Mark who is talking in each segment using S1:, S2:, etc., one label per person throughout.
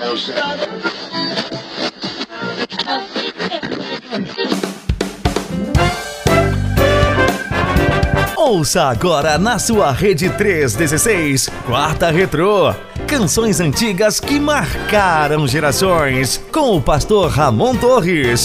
S1: Ouça agora na sua Rede 316, Quarta Retrô. Canções antigas que marcaram gerações. Com o pastor Ramon Torres.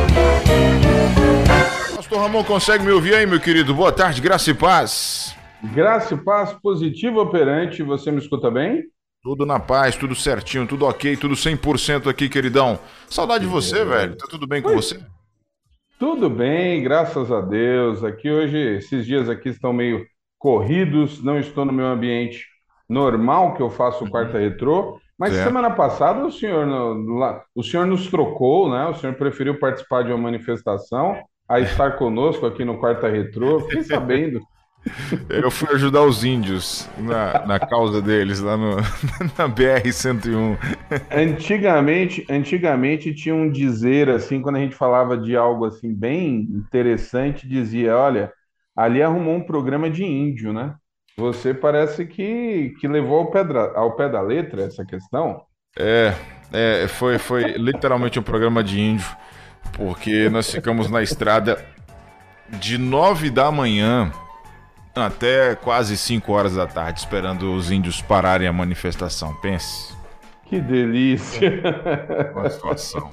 S2: Pastor Ramon, consegue me ouvir aí, meu querido? Boa tarde, graça e paz.
S3: Graça e paz, positivo operante. Você me escuta bem?
S2: Tudo na paz, tudo certinho, tudo ok, tudo 100% aqui, queridão. Saudade de você, velho. Tá tudo bem com você?
S3: Tudo bem, graças a Deus. Aqui hoje, esses dias aqui estão meio corridos, não estou no meu ambiente normal que eu faço o Quarta Retrô, mas
S2: Certo.
S3: semana passada o senhor nos trocou, né? O senhor preferiu participar de uma manifestação a estar conosco aqui no Quarta Retrô. Fiquei sabendo.
S2: Eu fui ajudar os índios na causa deles lá na BR-101.
S3: Antigamente tinha um dizer assim, quando a gente falava de algo assim bem interessante, dizia, olha, ali arrumou um programa de índio, né? Você parece que levou ao pé da letra essa questão.
S2: Foi literalmente um programa de índio, porque nós ficamos na estrada de 9 da manhã até quase 5 horas da tarde, esperando os índios pararem a manifestação. Pense.
S3: Que delícia!
S2: Uma situação.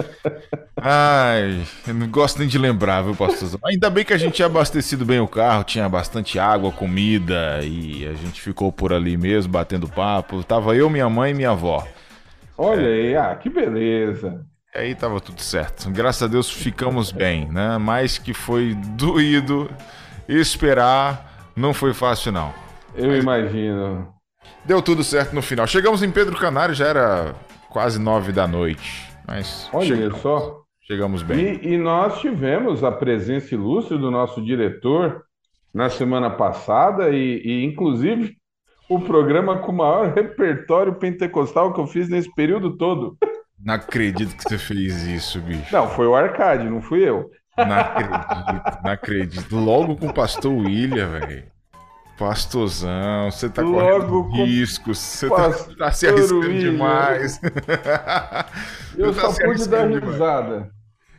S2: Ai, eu não gosto nem de lembrar, viu, pastorzão? Ainda bem que a gente tinha abastecido bem o carro, tinha bastante água, comida, e a gente ficou por ali mesmo, batendo papo. Tava eu, minha mãe e minha avó.
S3: Olha aí, que beleza!
S2: E aí tava tudo certo. Graças a Deus ficamos bem, né? Mas que foi doído esperar, não foi fácil não.
S3: Eu imagino.
S2: Deu tudo certo no final. Chegamos em Pedro Canário, já era quase 9 da noite. Mas
S3: Olha só.
S2: Chegamos bem.
S3: E nós tivemos a presença ilustre do nosso diretor na semana passada e inclusive, o programa com o maior repertório pentecostal que eu fiz nesse período todo.
S2: Não acredito que você fez isso, bicho.
S3: Não, foi o Arcade, não fui eu.
S2: Não acredito. Logo com o pastor William, velho. Pastorzão, você tá
S3: Logo
S2: correndo riscos, você tá se
S3: Pastor
S2: arriscando
S3: William.
S2: demais.
S3: Eu
S2: Você tá
S3: só
S2: se
S3: pude dar
S2: arriscando demais.
S3: risada.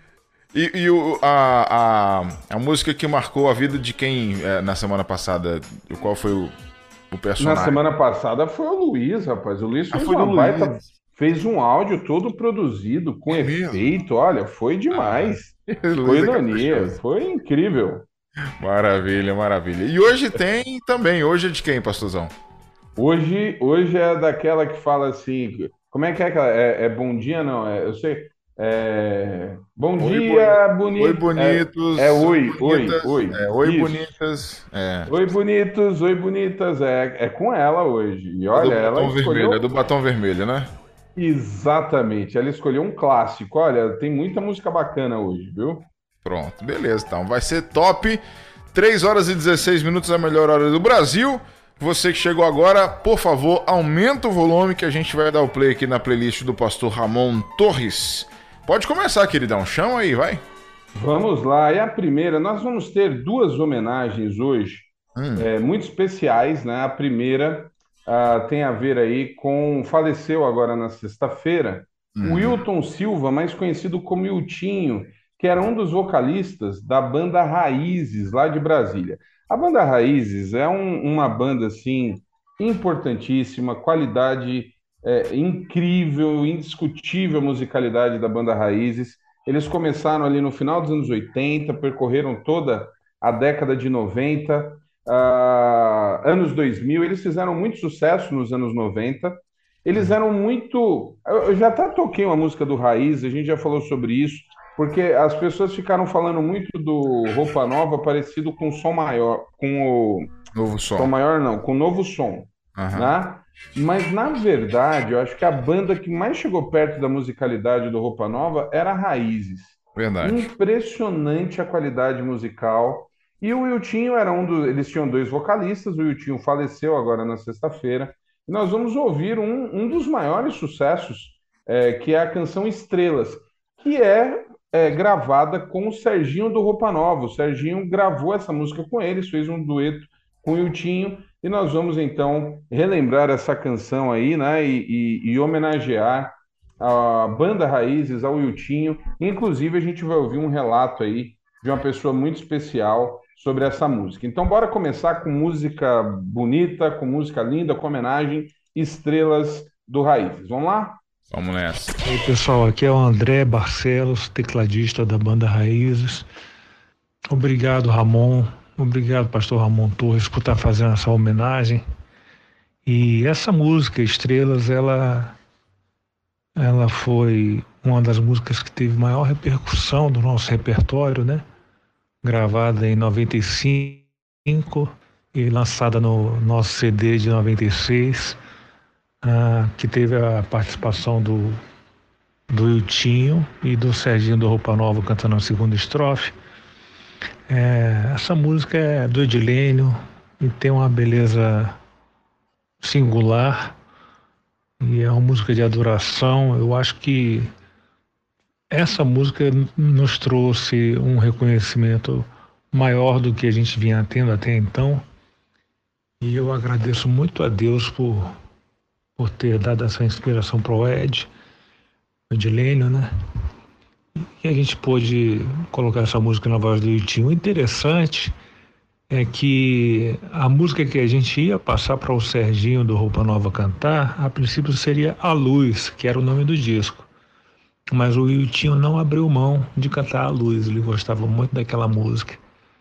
S2: A música que marcou a vida de quem na semana passada? Qual foi o personagem?
S3: Na semana passada foi o Luiz, rapaz. O Luiz fez
S2: foi do
S3: uma baita.
S2: Luiz.
S3: Fez um áudio todo produzido, com
S2: É mesmo?
S3: efeito. Olha, foi demais.
S2: Luiz
S3: Foi
S2: é
S3: ironia,
S2: caprichoso.
S3: foi incrível.
S2: Maravilha, maravilha. E hoje tem também. Hoje é de quem, pastorzão?
S3: Hoje é daquela que fala assim. Como é que é aquela? É bom dia, não? Eu sei. Bom dia, bonito.
S2: Oi, bonitos.
S3: Oi,
S2: bonitas.
S3: oi.
S2: Oi,
S3: Isso.
S2: bonitas.
S3: Oi, bonitos, oi, bonitas. É com ela hoje. E olha, ela escolheu.
S2: É do batom vermelho, né?
S3: Exatamente, ela escolheu um clássico. Olha, tem muita música bacana hoje, viu?
S2: Pronto, beleza, então. Vai ser top. 3 horas e 16 minutos, a melhor hora do Brasil. Você que chegou agora, por favor, aumenta o volume que a gente vai dar o play aqui na playlist do pastor Ramon Torres. Pode começar, queridão. Chama aí, vai.
S3: Vamos lá. E a primeira, nós vamos ter duas homenagens hoje, muito especiais, né? A primeira tem a ver aí com... Faleceu agora na sexta-feira, o Wilton Silva, mais conhecido como Wiltinho, que era um dos vocalistas da banda Raízes, lá de Brasília. A banda Raízes é uma banda, assim, importantíssima, qualidade incrível, indiscutível a musicalidade da banda Raízes. Eles começaram ali no final dos anos 80, percorreram toda a década de 90, anos 2000, eles fizeram muito sucesso nos anos 90. Eles eram muito... Eu já até toquei uma música do Raiz, a gente já falou sobre isso, porque as pessoas ficaram falando muito do Roupa Nova parecido com o Som Maior, com o...
S2: Novo som.
S3: Som Maior não, com o Novo Som, né? Mas, na verdade, eu acho que a banda que mais chegou perto da musicalidade do Roupa Nova era Raízes.
S2: Verdade.
S3: Impressionante a qualidade musical. E o Wiltinho era eles tinham dois vocalistas, o Wiltinho faleceu agora na sexta-feira. E nós vamos ouvir um dos maiores sucessos, que é a canção Estrelas, que é gravada com o Serginho do Roupa Nova. O Serginho gravou essa música com eles, fez um dueto com o Wiltinho. e nós vamos então relembrar essa canção aí, né, e homenagear a banda Raízes, ao Wiltinho. Inclusive, a gente vai ouvir um relato aí de uma pessoa muito especial sobre essa música. Então, bora começar com música bonita, com música linda, com homenagem, Estrelas do Raízes. Vamos lá?
S2: Vamos nessa.
S4: E aí, pessoal, aqui é o André Barcelos, tecladista da banda Raízes. Obrigado, Ramon. Obrigado, pastor Ramon Torres, por estar fazendo essa homenagem. E essa música, Estrelas, ela foi uma das músicas que teve maior repercussão do nosso repertório, né? Gravada em 95 e lançada no nosso CD de 96, que teve a participação do Wiltinho e do Serginho do Roupa Nova cantando a segunda estrofe. Essa música é do Edilênio e tem uma beleza singular e é uma música de adoração. Eu acho que essa música nos trouxe um reconhecimento maior do que a gente vinha tendo até então, e eu agradeço muito a Deus por ter dado essa inspiração para o Edilênio, né? E a gente pôde colocar essa música na voz do Wiltinho. O interessante é que a música que a gente ia passar para o Serginho do Roupa Nova cantar, a princípio seria A Luz, que era o nome do disco. Mas o Wiltinho não abriu mão de cantar A Luz, ele gostava muito daquela música.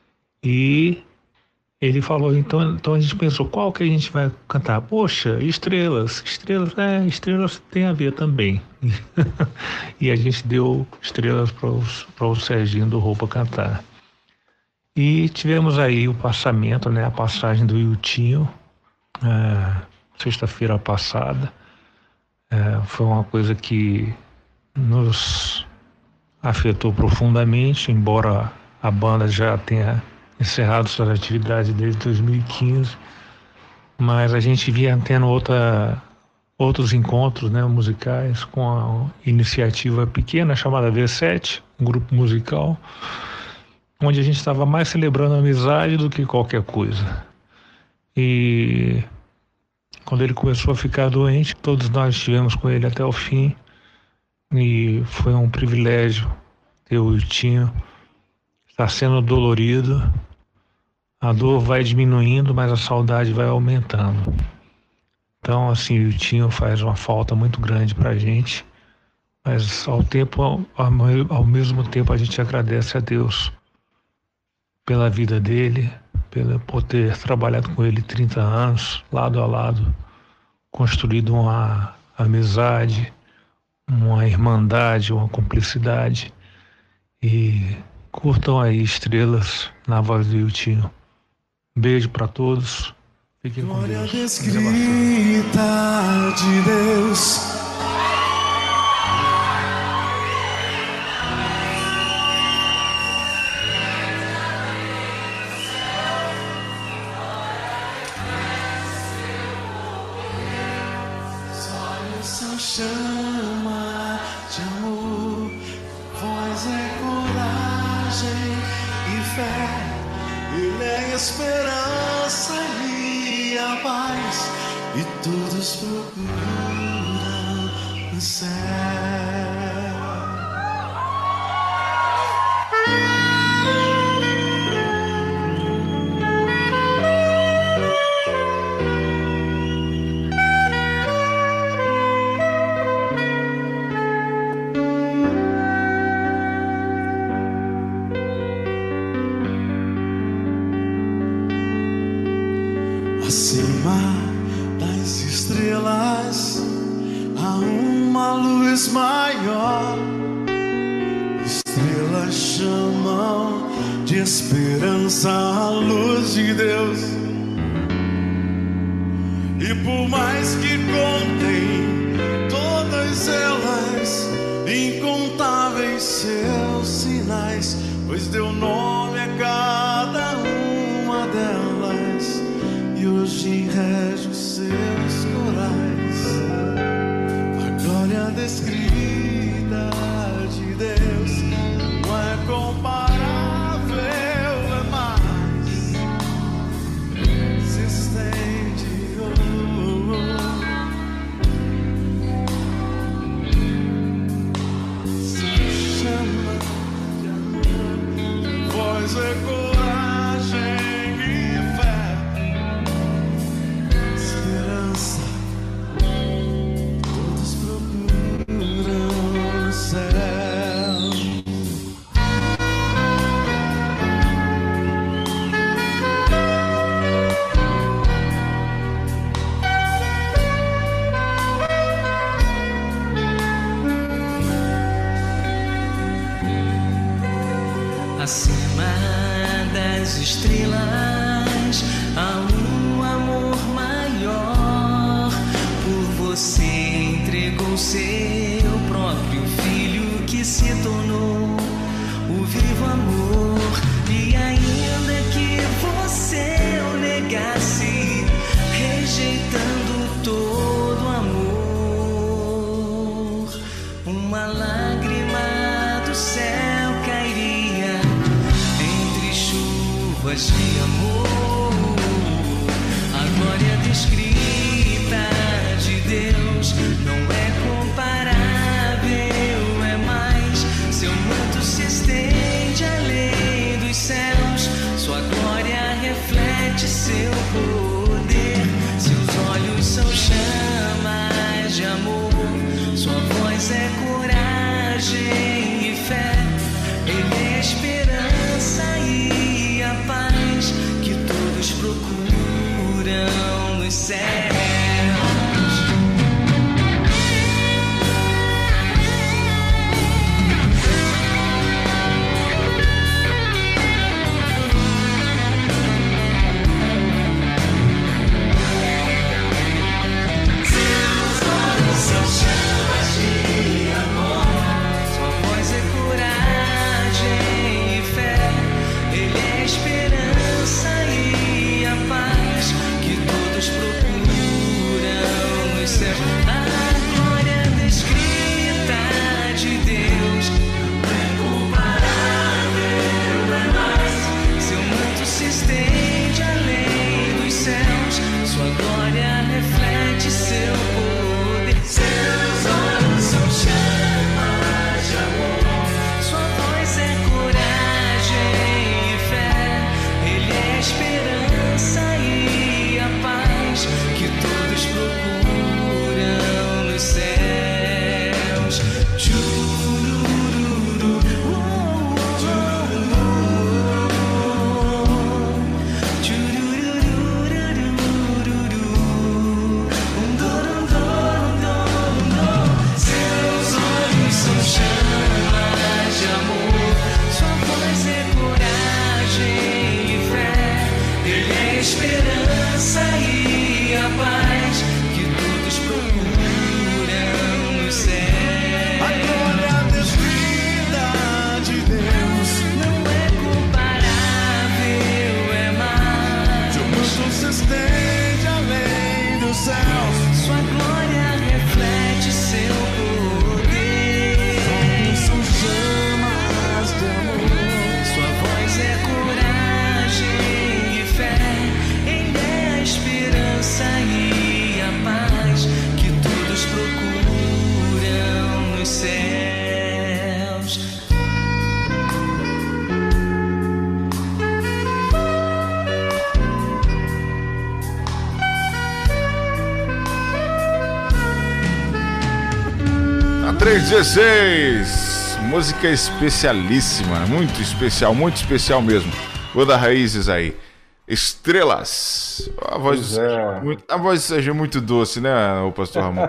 S4: E ele falou, então a gente pensou, qual que a gente vai cantar? Poxa, Estrelas. Estrelas tem a ver também. E a gente deu Estrelas para o Serginho do Roupa cantar. E tivemos aí o passamento, né, a passagem do Wiltinho, sexta-feira passada. Foi uma coisa que nos afetou profundamente, embora a banda já tenha encerrado suas atividades desde 2015, mas a gente vinha tendo outros encontros, né, musicais com a iniciativa pequena chamada V7, um grupo musical, onde a gente estava mais celebrando a amizade do que qualquer coisa. E quando ele começou a ficar doente, todos nós estivemos com ele até o fim, e foi um privilégio ter o Wiltinho. Está sendo dolorido, a dor vai diminuindo, mas a saudade vai aumentando. Então, assim, o Wiltinho faz uma falta muito grande para a gente, mas ao mesmo tempo a gente agradece a Deus pela vida dele, por ter trabalhado com ele 30 anos, lado a lado, construído uma amizade, uma irmandade, uma cumplicidade. E curtam aí Estrelas na voz do Wiltinho. Beijo para todos. Fiquem com Deus.
S5: Glória descrita de Deus. Só chama de amor, voz é coragem e fé, ele é esperança e a paz, e todos procuram o céu. Acima das estrelas há uma luz maior. Estrelas chamam de esperança a luz de Deus. E por mais que contem todas elas, incontáveis seus sinais, pois deu nome a cada uma delas, e hoje rege os seus corais. A glória descrita de Deus não é comparável, é mais, se estende Acima das estrelas há um amor maior. Por você entregou seu próprio filho, que se tornou o vivo amor. E ainda que você o negasse, rejeitando todo amor, uma lágrima do céu cairia entre chuvas de amor. A glória descrita de Deus não é comparável, é mais. Seu manto se estende além dos céus, sua glória reflete seu poder. Seus olhos são chamas de amor, sua voz é coragem e fé. Ele é a esperança e a paz que todos procuram nos céus.
S2: A 316, música especialíssima, muito especial mesmo. Vou dar raízes aí. Estrelas. A voz seja muito doce, né, o pastor Ramon?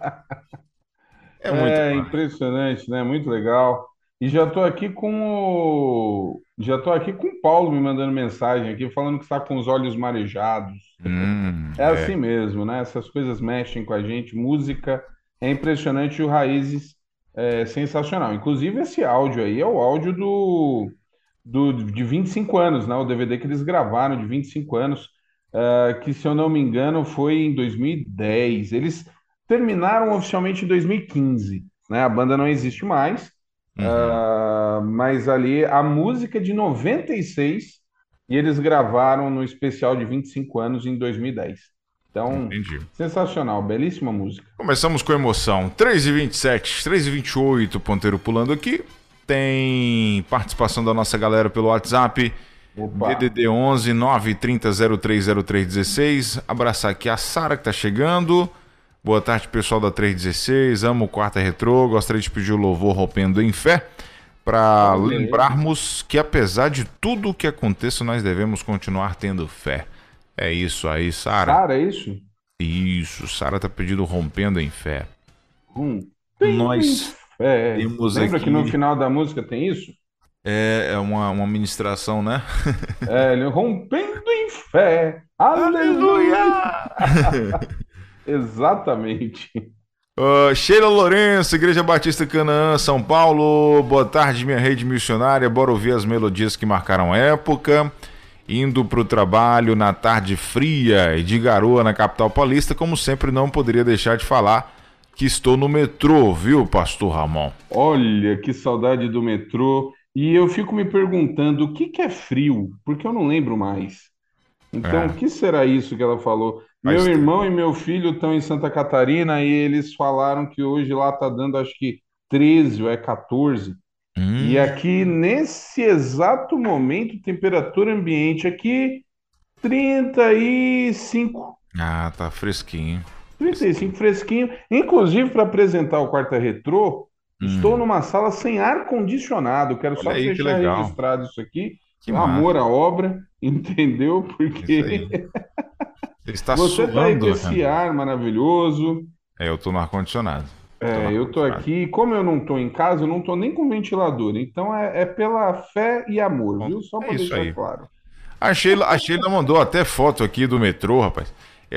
S3: É impressionante, né? Muito legal. E já estou aqui com o Paulo me mandando mensagem aqui, falando que está com os olhos marejados. É assim mesmo, né? Essas coisas mexem com a gente. Música é impressionante e o Raízes é sensacional. Inclusive, esse áudio aí é o áudio de 25 anos, né? O DVD que eles gravaram de 25 anos, que, se eu não me engano, foi em 2010. Eles terminaram oficialmente em 2015, né? A banda não existe mais, mas ali a música é de 96 e eles gravaram no especial de 25 anos em 2010. Então,
S2: entendi.
S3: Sensacional, belíssima música.
S2: Começamos com emoção. 3h27, 3h28, ponteiro pulando aqui. Tem participação da nossa galera pelo WhatsApp.
S3: Opa.
S2: DDD 11 930 030316. Abraçar aqui a Sara, que tá chegando. Boa tarde, pessoal da 316. Amo o Quarta Retrô. Gostaria de pedir o louvor Rompendo em Fé, para lembrarmos que, apesar de tudo o que aconteça, nós devemos continuar tendo fé. É isso aí, Sara.
S3: Sara, é isso?
S2: Isso, Sara tá pedindo Rompendo em Fé. Nós temos
S3: Lembra
S2: aqui...
S3: que no final da música tem isso?
S2: É uma ministração, né?
S3: Ele rompendo em fé. Aleluia! Exatamente.
S2: Sheila Lourenço, Igreja Batista Canaã, São Paulo. Boa tarde, minha rede missionária. Bora ouvir as melodias que marcaram época. Indo pro trabalho na tarde fria e de garoa na capital paulista, como sempre, não poderia deixar de falar que estou no metrô, viu, pastor Ramon?
S3: Olha, que saudade do metrô. E eu fico me perguntando o que que é frio, porque eu não lembro mais. Então, o
S2: É,
S3: que será isso que ela falou? Meu
S2: faz tempo.
S3: irmão e meu filho estão em Santa Catarina e eles falaram que hoje lá está dando acho que 13 ou é 14. E
S2: Hum,
S3: aqui, nesse exato momento, temperatura ambiente aqui, 35.
S2: tá fresquinho.
S3: 35 fresquinho. Inclusive, para apresentar o Quarta Retrô, estou
S2: Hum,
S3: numa sala sem ar-condicionado. Quero
S2: olha
S3: só
S2: aí que
S3: deixar
S2: legal.
S3: registrado isso aqui.
S2: Que
S3: Amor
S2: massa.
S3: à obra, entendeu?
S2: Isso aí.
S3: Porque
S2: Você está
S3: você tá aí com
S2: suando,
S3: esse
S2: né?
S3: ar maravilhoso.
S2: Eu tô no ar-condicionado. Tô no
S3: Eu tô
S2: ar-condicionado.
S3: aqui. Como eu não tô em casa, eu não tô nem com ventilador. Então é pela fé e amor,
S2: Bom,
S3: viu? Só
S2: é
S3: para
S2: isso
S3: deixar
S2: aí.
S3: claro.
S2: A Sheila mandou até foto aqui do metrô, rapaz.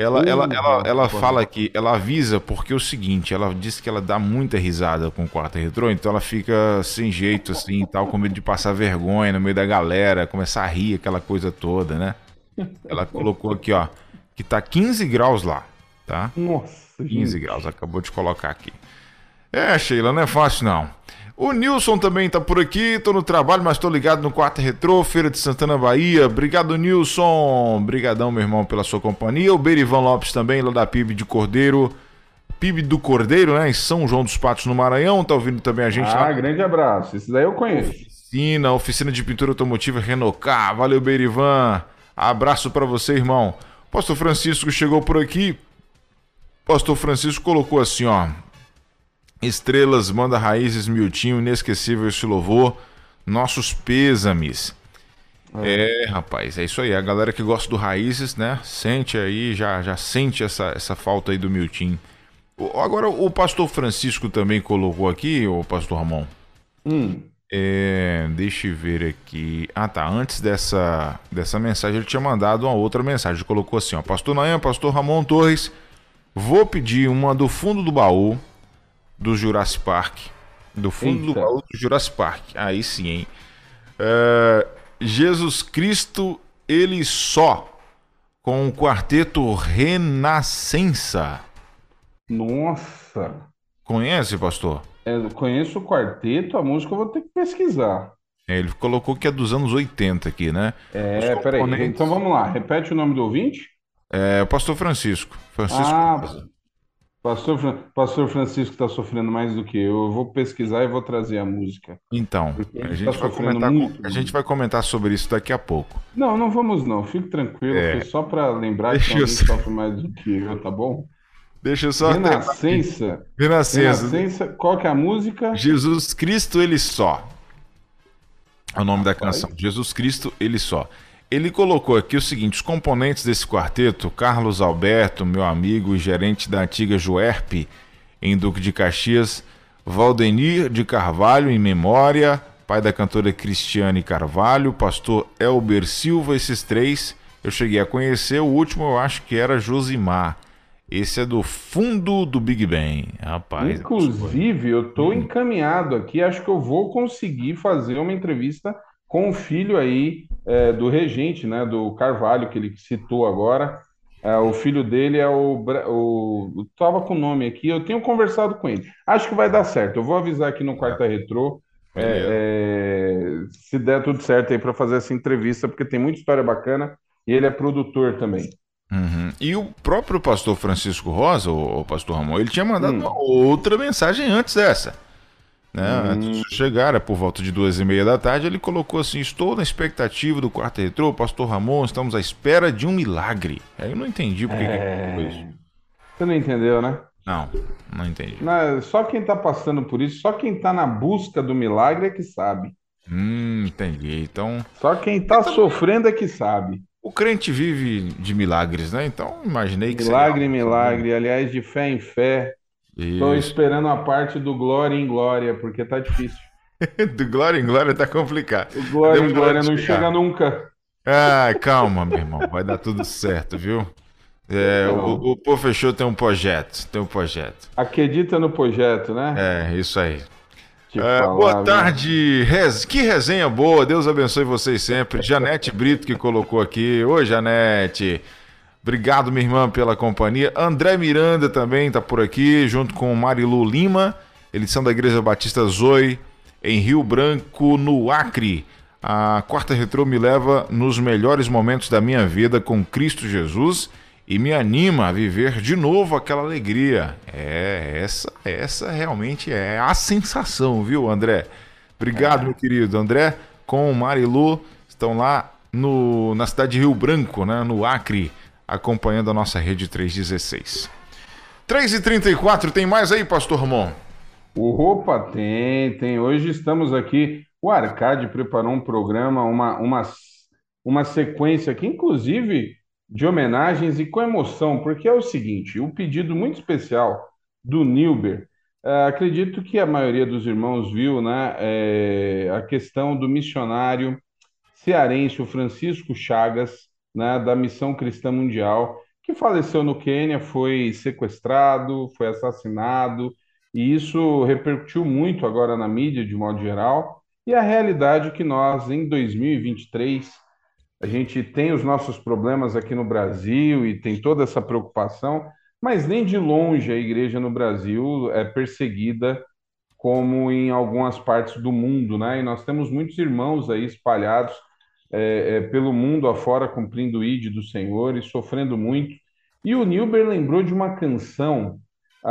S2: Ela fala
S3: Rapaz.
S2: aqui, ela avisa porque é o seguinte, ela disse que ela dá muita risada com o Quarta Retrô, então ela fica sem jeito assim e tal, com medo de passar vergonha no meio da galera, começar a rir, aquela coisa toda, né? Ela colocou aqui, ó, que tá 15 graus lá, tá?
S3: Nossa,
S2: 15 graus,
S3: gente.
S2: acabou de colocar aqui. Sheila, não é fácil não. O Nilson também tá por aqui, tô no trabalho, mas tô ligado no Quarta Retrô, Feira de Santana, Bahia. Obrigado, Nilson. Obrigadão, meu irmão, pela sua companhia. O Berivan Lopes também, lá da PIB de Cordeiro. PIB do Cordeiro, né, em São João dos Patos, no Maranhão. Tá ouvindo também a gente lá
S3: Ah,
S2: na
S3: grande abraço. Esse daí eu conheço.
S2: oficina de pintura automotiva Renocar. Valeu, Berivan. Abraço pra você, irmão. Pastor Francisco chegou por aqui. Pastor Francisco colocou assim, ó. Estrelas, Banda Raízes, Miltinho, inesquecível esse louvor. Nossos pêsames. Rapaz, é isso aí. A galera que gosta do Raízes, né? Sente aí, já sente essa falta aí do Miltinho. Agora, o pastor Francisco também colocou aqui, o pastor Ramon.
S3: Hum,
S2: Deixa eu ver aqui. Ah, tá. Antes dessa mensagem, ele tinha mandado uma outra mensagem. Ele colocou assim, ó. Pastor Nayan, pastor Ramon Torres, vou pedir uma do fundo do baú do Jurassic Park. Do fundo do
S3: eita.
S2: baú do Jurassic Park. Aí sim, hein? É, Jesus Cristo, ele só, com o quarteto Renascença.
S3: Nossa.
S2: Conhece, pastor?
S3: Eu conheço o quarteto, a música eu vou ter que pesquisar.
S2: Ele colocou que é dos anos 80 aqui, né? Os
S3: Peraí. Então
S2: componentes.
S3: vamos lá. Repete o nome do ouvinte.
S2: É o pastor Francisco. Francisco
S3: Ah,
S2: Rosa.
S3: Pastor Francisco está sofrendo mais do que eu. Eu vou pesquisar e vou trazer a música.
S2: Então,
S3: Porque
S2: a
S3: ele está
S2: gente vai
S3: sofrendo
S2: comentar,
S3: muito.
S2: a gente vai comentar sobre isso daqui a pouco.
S3: Não, não vamos não. Fique tranquilo. Foi
S2: É,
S3: só para lembrar que tem
S2: deixa eu
S3: alguém que
S2: só,
S3: sofre mais do que eu, tá bom?
S2: deixa eu só terminar aqui.
S3: Renascença.
S2: Renascença.
S3: Renascença. Qual que é a música?
S2: Jesus Cristo, ele só. É o nome da
S3: Rapaz.
S2: canção. Jesus Cristo, ele só. Ele colocou aqui o seguinte: os componentes desse quarteto, Carlos Alberto, meu amigo e gerente da antiga Juerp, em Duque de Caxias, Valdenir de Carvalho, em memória, pai da cantora Cristiane Carvalho, pastor Elber Silva, esses três eu cheguei a conhecer. O último eu acho que era Josimar. Esse é do fundo do Big Bang. Rapaz,
S3: Inclusive, eu estou encaminhado aqui. Acho que eu vou conseguir fazer uma entrevista com o filho aí do regente, né? Do Carvalho, que ele citou agora. O filho dele é Tava com o nome aqui. Eu tenho conversado com ele. Acho que vai dar certo. Eu vou avisar aqui no Quarta Retrô.
S2: beleza.
S3: Se der tudo certo aí para fazer essa entrevista, porque tem muita história bacana e ele é produtor também.
S2: Uhum. E o próprio pastor Francisco Rosa, o pastor Ramon, ele tinha mandado uma
S3: Hum,
S2: outra mensagem antes dessa, né? Antes
S3: hum,
S2: de chegar, por volta de 2:30 da tarde, ele colocou assim: estou na expectativa do quarto retrô, pastor Ramon, estamos à espera de um milagre. Aí eu não entendi por que ele colocou isso.
S3: Você não entendeu, né?
S2: Não, não entendi.
S3: Só quem está passando por isso, só quem está na busca do milagre é que sabe.
S2: Entendi. Então,
S3: Só quem está sofrendo é que sabe.
S2: o crente vive de milagres, né? Então, imaginei que seria
S3: Milagre,
S2: algo assim.
S3: milagre, aliás, de fé em fé. Estou
S2: Isso.
S3: esperando a parte do glória em glória, porque tá difícil.
S2: Do Glória em Glória tá complicado.
S3: O Glória em Glória não
S2: explicar.
S3: chega nunca.
S2: Ah, calma, meu irmão. Vai dar tudo certo, viu?
S3: Então,
S2: O Pô Fechou tem um projeto. Tem um projeto.
S3: acredita no projeto, né?
S2: Isso aí.
S3: Te
S2: Boa
S3: falar, viu?
S2: tarde, que resenha boa, Deus abençoe vocês sempre. Janete Brito que colocou aqui. Oi, Janete. Obrigado, minha irmã, pela companhia. André Miranda também tá por aqui, junto com Marilu Lima. Eles são da Igreja Batista Zoe, em Rio Branco, no Acre. A quarta retrô me leva nos melhores momentos da minha vida com Cristo Jesus e me anima a viver de novo aquela alegria. Essa realmente é a sensação, viu, André? Obrigado, meu querido. André com Marilu estão lá na cidade de Rio Branco, né, no Acre, acompanhando a nossa Rede 316. 3h34, tem mais aí, Pastor Ramon?
S3: Opa, tem. Hoje estamos aqui. O Arcade preparou um programa, uma sequência aqui, inclusive de homenagens e com emoção, porque é o seguinte: o pedido muito especial do Nilber. Acredito que a maioria dos irmãos viu, né, a questão do missionário cearense, o Francisco Chagas, né, da Missão Cristã Mundial, que faleceu no Quênia, foi sequestrado, foi assassinado, e isso repercutiu muito agora na mídia, de modo geral. E a realidade é que nós, em 2023, a gente tem os nossos problemas aqui no Brasil e tem toda essa preocupação, mas nem de longe a igreja no Brasil é perseguida como em algumas partes do mundo, né? E nós temos muitos irmãos aí espalhados pelo mundo afora, cumprindo o ID do Senhor e sofrendo muito. E o Nilber lembrou de uma canção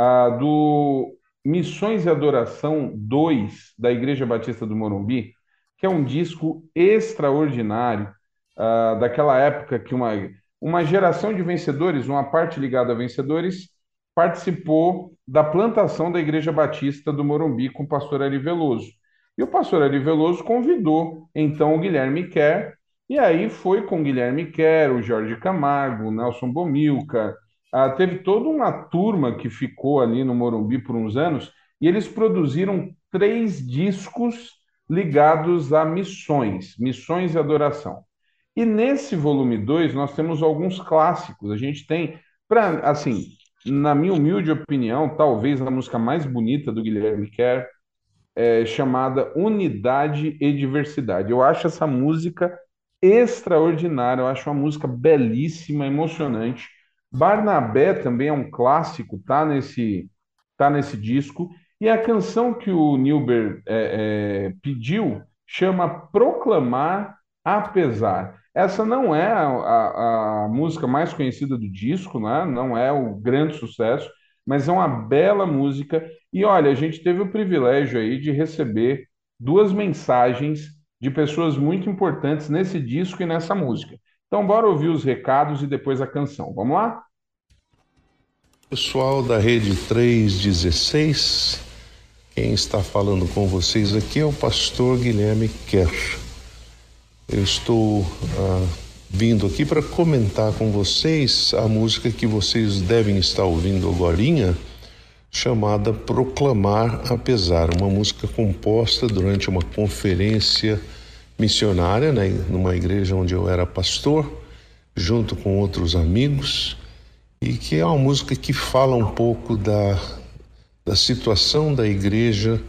S3: do Missões e Adoração 2 da Igreja Batista do Morumbi, que é um disco extraordinário, daquela época que uma geração de vencedores, uma parte ligada a vencedores, participou da plantação da Igreja Batista do Morumbi com o pastor Ari Veloso. E o pastor Ari Veloso convidou, então, o Guilherme Kerr, e aí foi com o Guilherme Kerr, o Jorge Camargo, o Nelson Bomilcar, teve toda uma turma que ficou ali no Morumbi por uns anos, e eles produziram 3 discos ligados a missões e adoração. E nesse volume 2 nós temos alguns clássicos. A gente tem, assim, na minha humilde opinião, talvez a música mais bonita do Guilherme Kerr, chamada Unidade e Diversidade. Eu acho essa música extraordinária, eu acho uma música belíssima, emocionante. Barnabé também é um clássico, tá nesse disco. E a canção que o Nilber pediu chama Proclamar Apesar. Essa não é a música mais conhecida do disco, né? Não é o grande sucesso, mas é uma bela música. E olha, a gente teve o privilégio aí de receber 2 mensagens de pessoas muito importantes nesse disco e nessa música. Então, bora ouvir os recados e depois a canção. Vamos lá?
S6: Pessoal da Rede 316, quem está falando com vocês aqui é o pastor Guilherme Kerr. Eu estou vindo aqui para comentar com vocês a música que vocês devem estar ouvindo agorinha, chamada Proclamar Apesar, uma música composta durante uma conferência missionária, né, numa igreja onde eu era pastor, junto com outros amigos, e que é uma música que fala um pouco da situação da igreja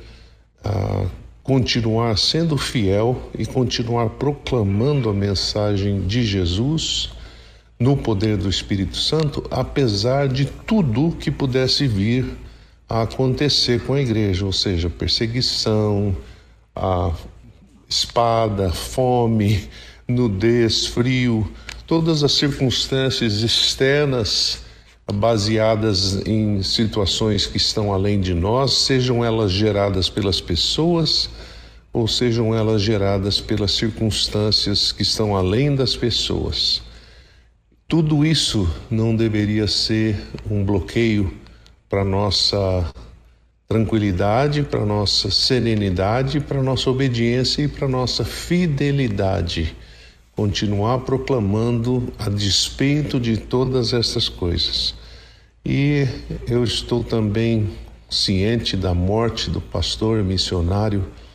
S6: continuar sendo fiel e continuar proclamando a mensagem de Jesus no poder do Espírito Santo, apesar de tudo que pudesse vir a acontecer com a igreja, ou seja, perseguição, a espada, fome, nudez, frio, todas as circunstâncias externas baseadas em situações que estão além de nós, sejam elas geradas pelas pessoas ou sejam elas geradas pelas circunstâncias que estão além das pessoas. Tudo isso não deveria ser um bloqueio para nossa tranquilidade, para nossa serenidade, para nossa obediência e para nossa fidelidade. Continuar proclamando a despeito de todas essas coisas. E eu estou também ciente da morte do pastor missionário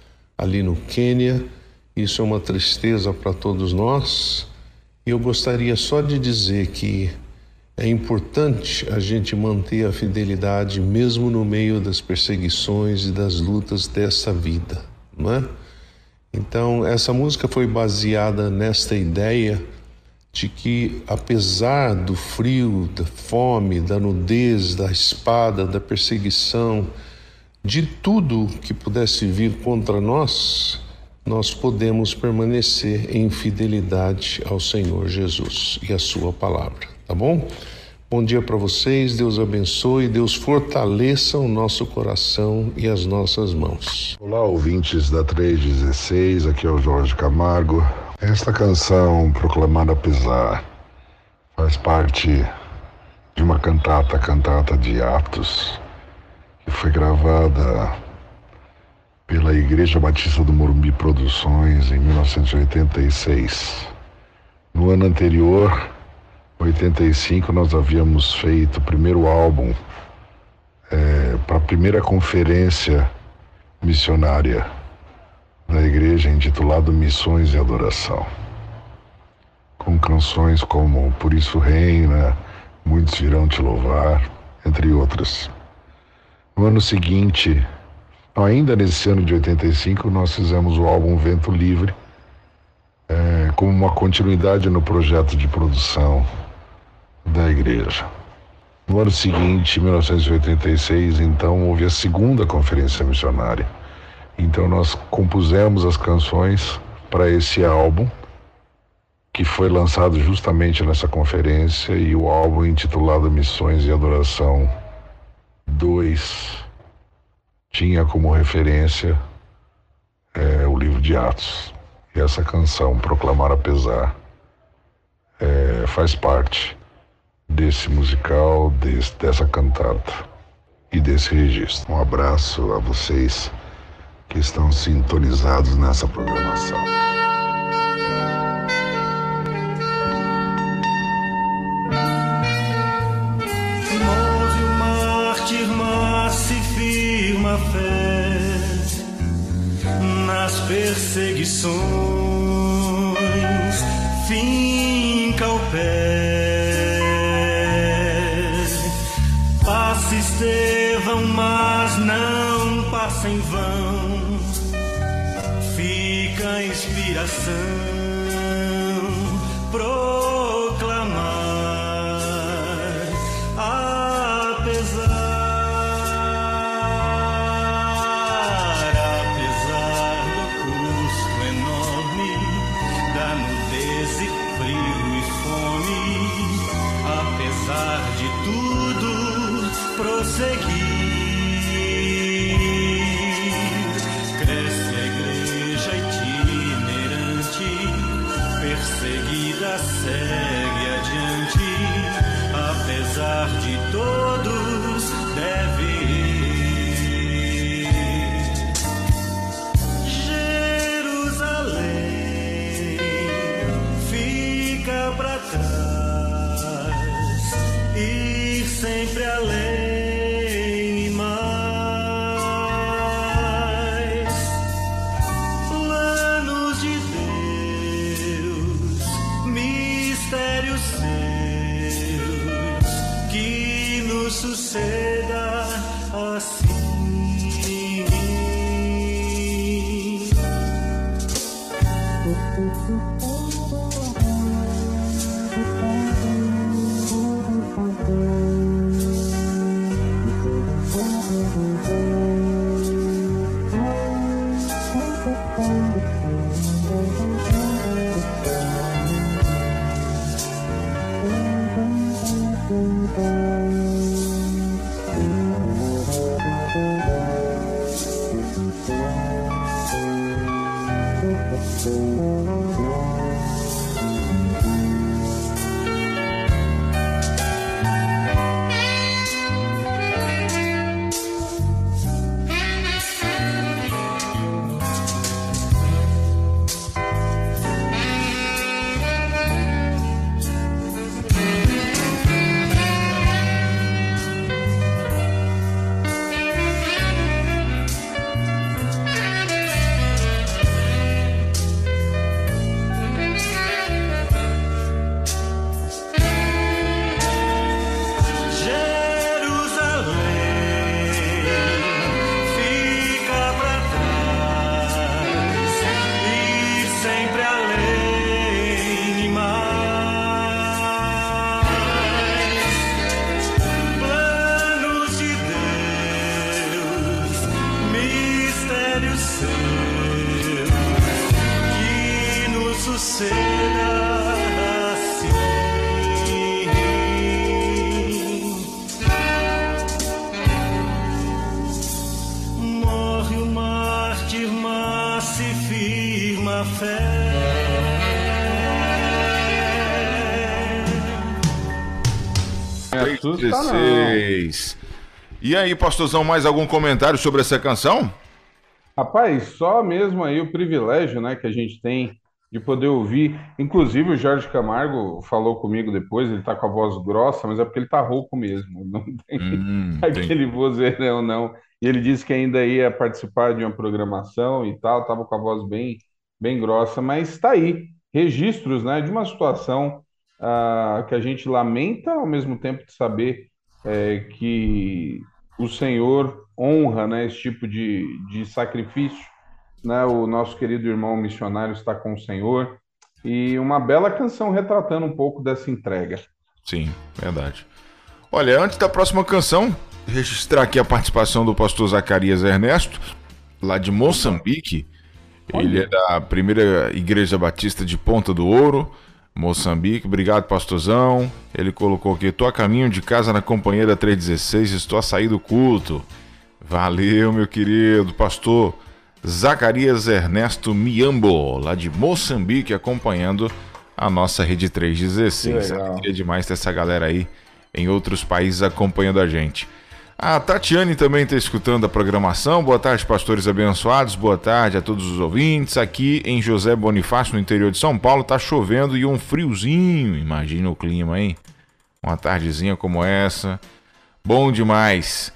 S6: ali no Quênia. Isso é uma tristeza para todos nós. E eu gostaria só de dizer que é importante a gente manter a fidelidade mesmo no meio das perseguições e das lutas dessa vida, não é? Então, essa música foi baseada nesta ideia de que, apesar do frio, da fome, da nudez, da espada, da perseguição, de tudo que pudesse vir contra nós, nós podemos permanecer em fidelidade ao Senhor Jesus e à sua palavra, tá bom? Bom dia para vocês, Deus abençoe, Deus fortaleça o nosso coração e as nossas mãos.
S7: Olá, ouvintes da 316, aqui é o Jorge Camargo. Esta canção, Proclamar Apesar, faz parte de uma cantata de Atos, que foi gravada pela Igreja Batista do Morumbi Produções em 1986. No ano anterior, 85, nós havíamos feito o primeiro álbum para a primeira conferência missionária da igreja, intitulado Missões e Adoração, com canções como Por Isso Reina, Muitos Virão Te Louvar, entre outras. No ano seguinte, ainda nesse ano de 85, nós fizemos o álbum Vento Livre, como uma continuidade no projeto de produção da igreja. No ano seguinte, 1986, então, houve a segunda conferência missionária. Então nós compusemos as canções para esse álbum, que foi lançado justamente nessa conferência, e o álbum intitulado Missões e Adoração 2 tinha como referência o livro de Atos. E essa canção, Proclamar Apesar, faz parte desse musical, dessa cantata e desse registro. Um abraço a vocês que estão sintonizados nessa programação.
S5: Morre o mártir, mas se firma a fé nas perseguições, finca o pé. Passa Estevão, mas não passa em vão, fica a inspiração, proclamar, apesar do custo enorme, da nudez e frio e fome, apesar de tudo, prosseguir. Cresce a igreja itinerante, perseguida segue adiante, apesar de todos deve ir. Jerusalém fica pra trás, ir sempre além e mais. Planos de Deus, mistérios seus, que nos suceda assim. que nos suceda assim. Morre o mártir, mas se firma a fé.
S3: Me assusta, não.
S2: 16. E aí, pastorzão, mais algum comentário sobre essa canção?
S3: Rapaz, só mesmo aí o privilégio, né, que a gente tem de poder ouvir. Inclusive, o Jorge Camargo falou comigo depois, ele tá com a voz grossa, mas é porque ele tá rouco mesmo, ele não tem aquele vozeirão, não. E ele disse que ainda ia participar de uma programação e tal, tava com a voz bem grossa, mas tá aí, registros, né, de uma situação que a gente lamenta, ao mesmo tempo de saber que o Senhor honra, né, esse tipo de sacrifício, né? O nosso querido irmão missionário está com o Senhor e uma bela canção retratando um pouco dessa entrega.
S2: Sim, verdade. Olha, antes da próxima canção, registrar aqui a participação do pastor Zacarias Ernesto, lá de Moçambique. Ele é da primeira Igreja Batista de Ponta do Ouro, Moçambique. Obrigado, pastorzão. Ele colocou aqui: estou a caminho de casa na companhia da 316, estou a sair do culto. Valeu, meu querido pastor Zacarias Ernesto Miambo, lá de Moçambique, acompanhando a nossa Rede 316. É demais ter essa galera aí em outros países acompanhando a gente. A Tatiane também está escutando a programação. Boa tarde, pastores abençoados. Boa tarde a todos os ouvintes. Aqui em José Bonifácio, no interior de São Paulo, tá chovendo e um friozinho. Imagina o clima, hein? Uma tardezinha como essa. Bom demais.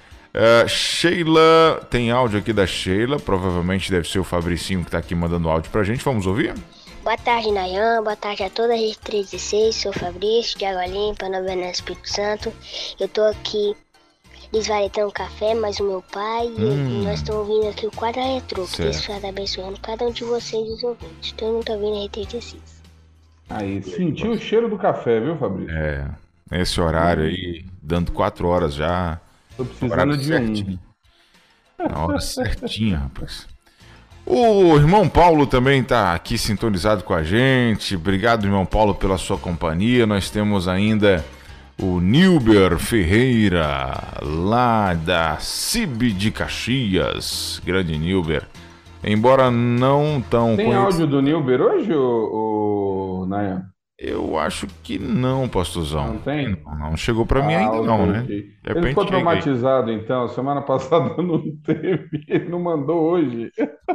S2: Sheila, tem áudio aqui da Sheila. Provavelmente deve ser o Fabricinho que tá aqui mandando áudio pra gente. Vamos ouvir?
S8: Boa tarde, Nayan. Boa tarde a toda a Rede 316. Sou o Fabrício, de Água Limpa, Nova Venécia, Espírito Santo. Eu tô aqui desvaletando café, mas o meu pai e nós estamos ouvindo aqui o Quadra Retrô. Que Deus está abençoando cada um de vocês, os ouvintes. Todo mundo tá ouvindo a Rede 316.
S3: Aí, sentiu o cheiro do café, viu, Fabrício?
S2: Esse horário aí, dando 4 horas já.
S3: Tô precisando de
S2: certinho. Na hora certinha, rapaz. O irmão Paulo também tá aqui sintonizado com a gente. Obrigado, irmão Paulo, pela sua companhia. Nós temos ainda o Nilber Ferreira, lá da CIB de Caxias. Grande Nilber. Embora não tão...
S3: Tem áudio do Nilber hoje, o Nayan?
S2: Eu acho que não, pastorzão.
S3: Não tem?
S2: Não chegou pra mim ainda não, né?
S3: Ele ficou traumatizado, então. Semana passada não teve. Ele não mandou hoje.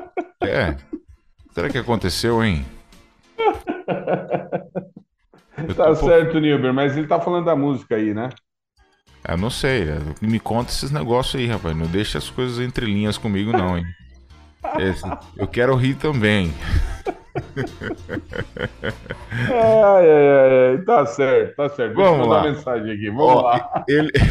S2: Será que aconteceu, hein?
S3: Tá certo, Nilber, mas ele tá falando da música aí, né?
S2: Eu não sei. Me conta esses negócios aí, rapaz. Não deixa as coisas entre linhas comigo, não, hein? Eu quero rir também.
S3: Tá certo, tá certo.
S2: Vamos lá.
S3: Mensagem aqui. Vamos lá.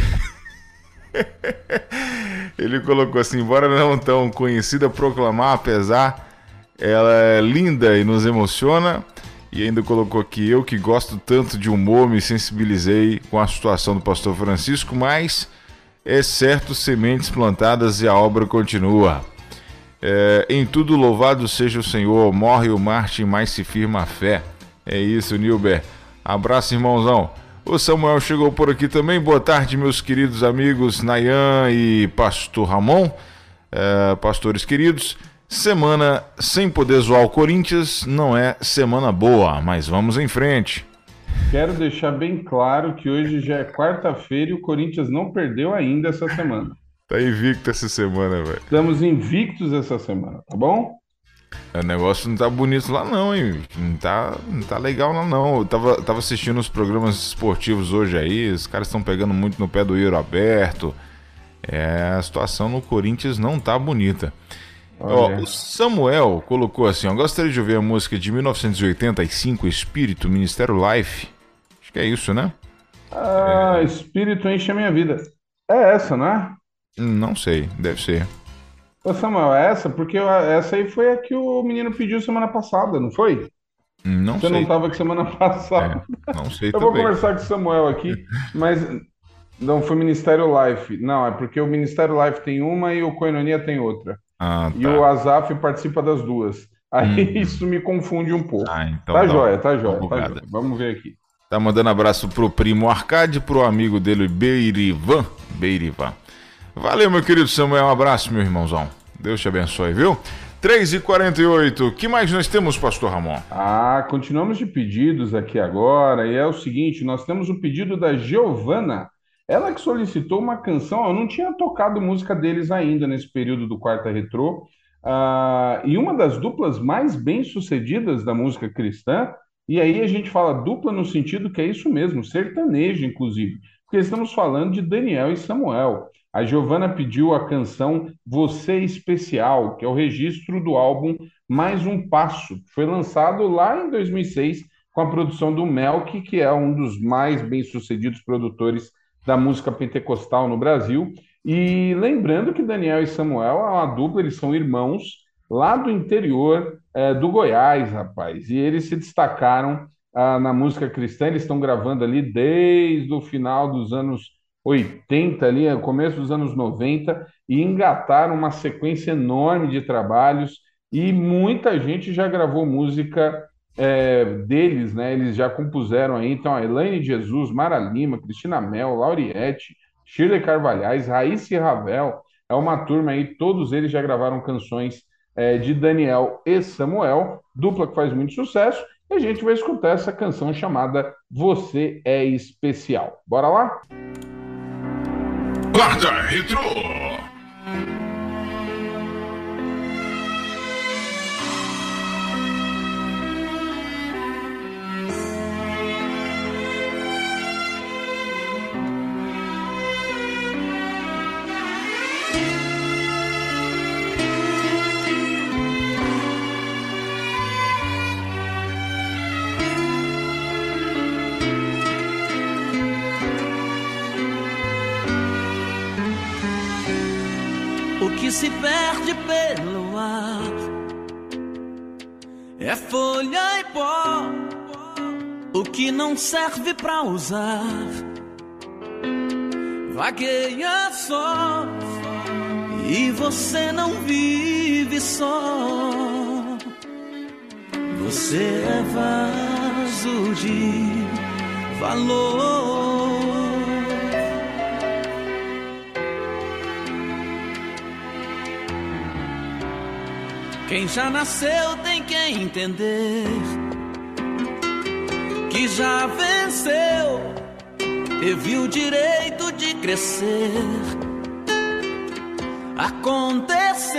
S2: Ele colocou assim: embora não tão conhecida, proclamar, apesar, ela é linda e nos emociona. E ainda colocou aqui: eu que gosto tanto de humor, me sensibilizei com a situação do pastor Francisco, mas é certo, sementes plantadas e a obra continua. Em tudo louvado seja o Senhor, morre o mártir, mas se firma a fé. É isso, Nilber. Abraço, irmãozão. O Samuel chegou por aqui também. Boa tarde, meus queridos amigos Nayan e pastor Ramon. Pastores queridos, semana sem poder zoar o Corinthians não é semana boa, mas vamos em frente.
S3: Quero deixar bem claro que hoje já é quarta-feira e o Corinthians não perdeu ainda essa semana.
S2: Tá invicto essa semana, velho.
S3: Estamos invictos essa semana, tá bom?
S2: O negócio não tá bonito lá não, hein? Não tá legal lá não. Eu tava assistindo os programas esportivos hoje aí, os caras estão pegando muito no pé do Euro aberto. A situação no Corinthians não tá bonita. O Samuel colocou assim: eu gostaria de ouvir a música de 1985, Espírito, Ministério Life. Acho que é isso, né?
S3: Espírito enche a minha vida. É essa, não é?
S2: Não sei, deve ser.
S3: Ô Samuel, é essa? Porque essa aí foi a que o menino pediu semana passada, não foi?
S2: Não sei.
S3: Você não tava aqui semana passada.
S2: Não sei
S3: Eu
S2: também.
S3: vou conversar com o Samuel aqui, mas não foi Ministério Life. Não, é porque o Ministério Life tem uma e o Koinonia tem outra. e o Asaf participa das duas. Aí isso me confunde um pouco.
S2: Então
S3: tá joia, tá joia. Vamos ver aqui.
S2: Tá mandando abraço pro primo Arcade, pro amigo dele, Beirivan. Valeu, meu querido Samuel, um abraço, meu irmãozão. Deus te abençoe, viu? 3h48, o que mais nós temos, pastor Ramon?
S3: Continuamos de pedidos aqui agora, e é o seguinte, nós temos o pedido da Giovana, ela que solicitou uma canção, eu não tinha tocado música deles ainda nesse período do Quarta Retrô, e uma das duplas mais bem-sucedidas da música cristã, e aí a gente fala dupla no sentido que é isso mesmo, sertanejo, inclusive, porque estamos falando de Daniel e Samuel. A Giovana pediu a canção Você Especial, que é o registro do álbum Mais Um Passo, que foi lançado lá em 2006 com a produção do Melk, que é um dos mais bem-sucedidos produtores da música pentecostal no Brasil. E lembrando que Daniel e Samuel é uma dupla, eles são irmãos lá do interior do Goiás, rapaz. E eles se destacaram na música cristã, eles estão gravando ali desde o final dos anos 80, ali, começo dos anos 90, e engataram uma sequência enorme de trabalhos, e muita gente já gravou música deles, né? Eles já compuseram aí, então, a Elaine Jesus, Mara Lima, Cristina Mel, Lauriette, Shirley Carvalhais, Raíssa e Ravel, é uma turma aí, todos eles já gravaram canções de Daniel e Samuel, dupla que faz muito sucesso, e a gente vai escutar essa canção chamada Você é Especial. Bora lá?
S2: Quarta Retrô.
S5: Que se perde pelo ar é folha e pó, o que não serve pra usar vagueia só, e você não vive só. Você é vaso de valor. Quem já nasceu tem que entender que já venceu, teve o direito de crescer. Aconteceu,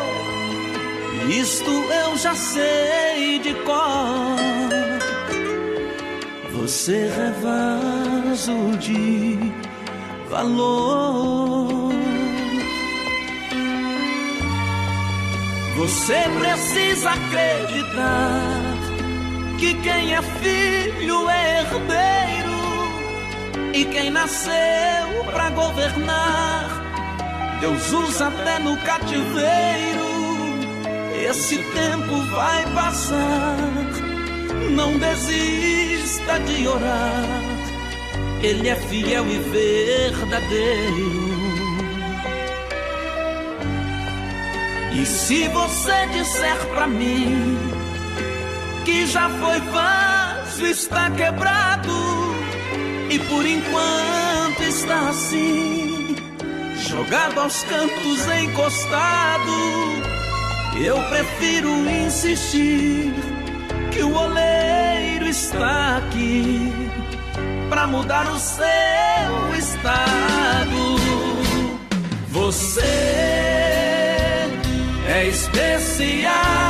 S5: isto eu já sei de cor. Você é vaso de valor. Você precisa acreditar que quem é filho é herdeiro, e quem nasceu pra governar Deus usa até no cativeiro. Esse tempo vai passar, não desista de orar, Ele é fiel e verdadeiro. E se você disser pra mim que já foi vaso, está quebrado, e por enquanto está assim, jogado aos cantos, encostado, eu prefiro insistir que o oleiro está aqui pra mudar o seu estado. Você é especial.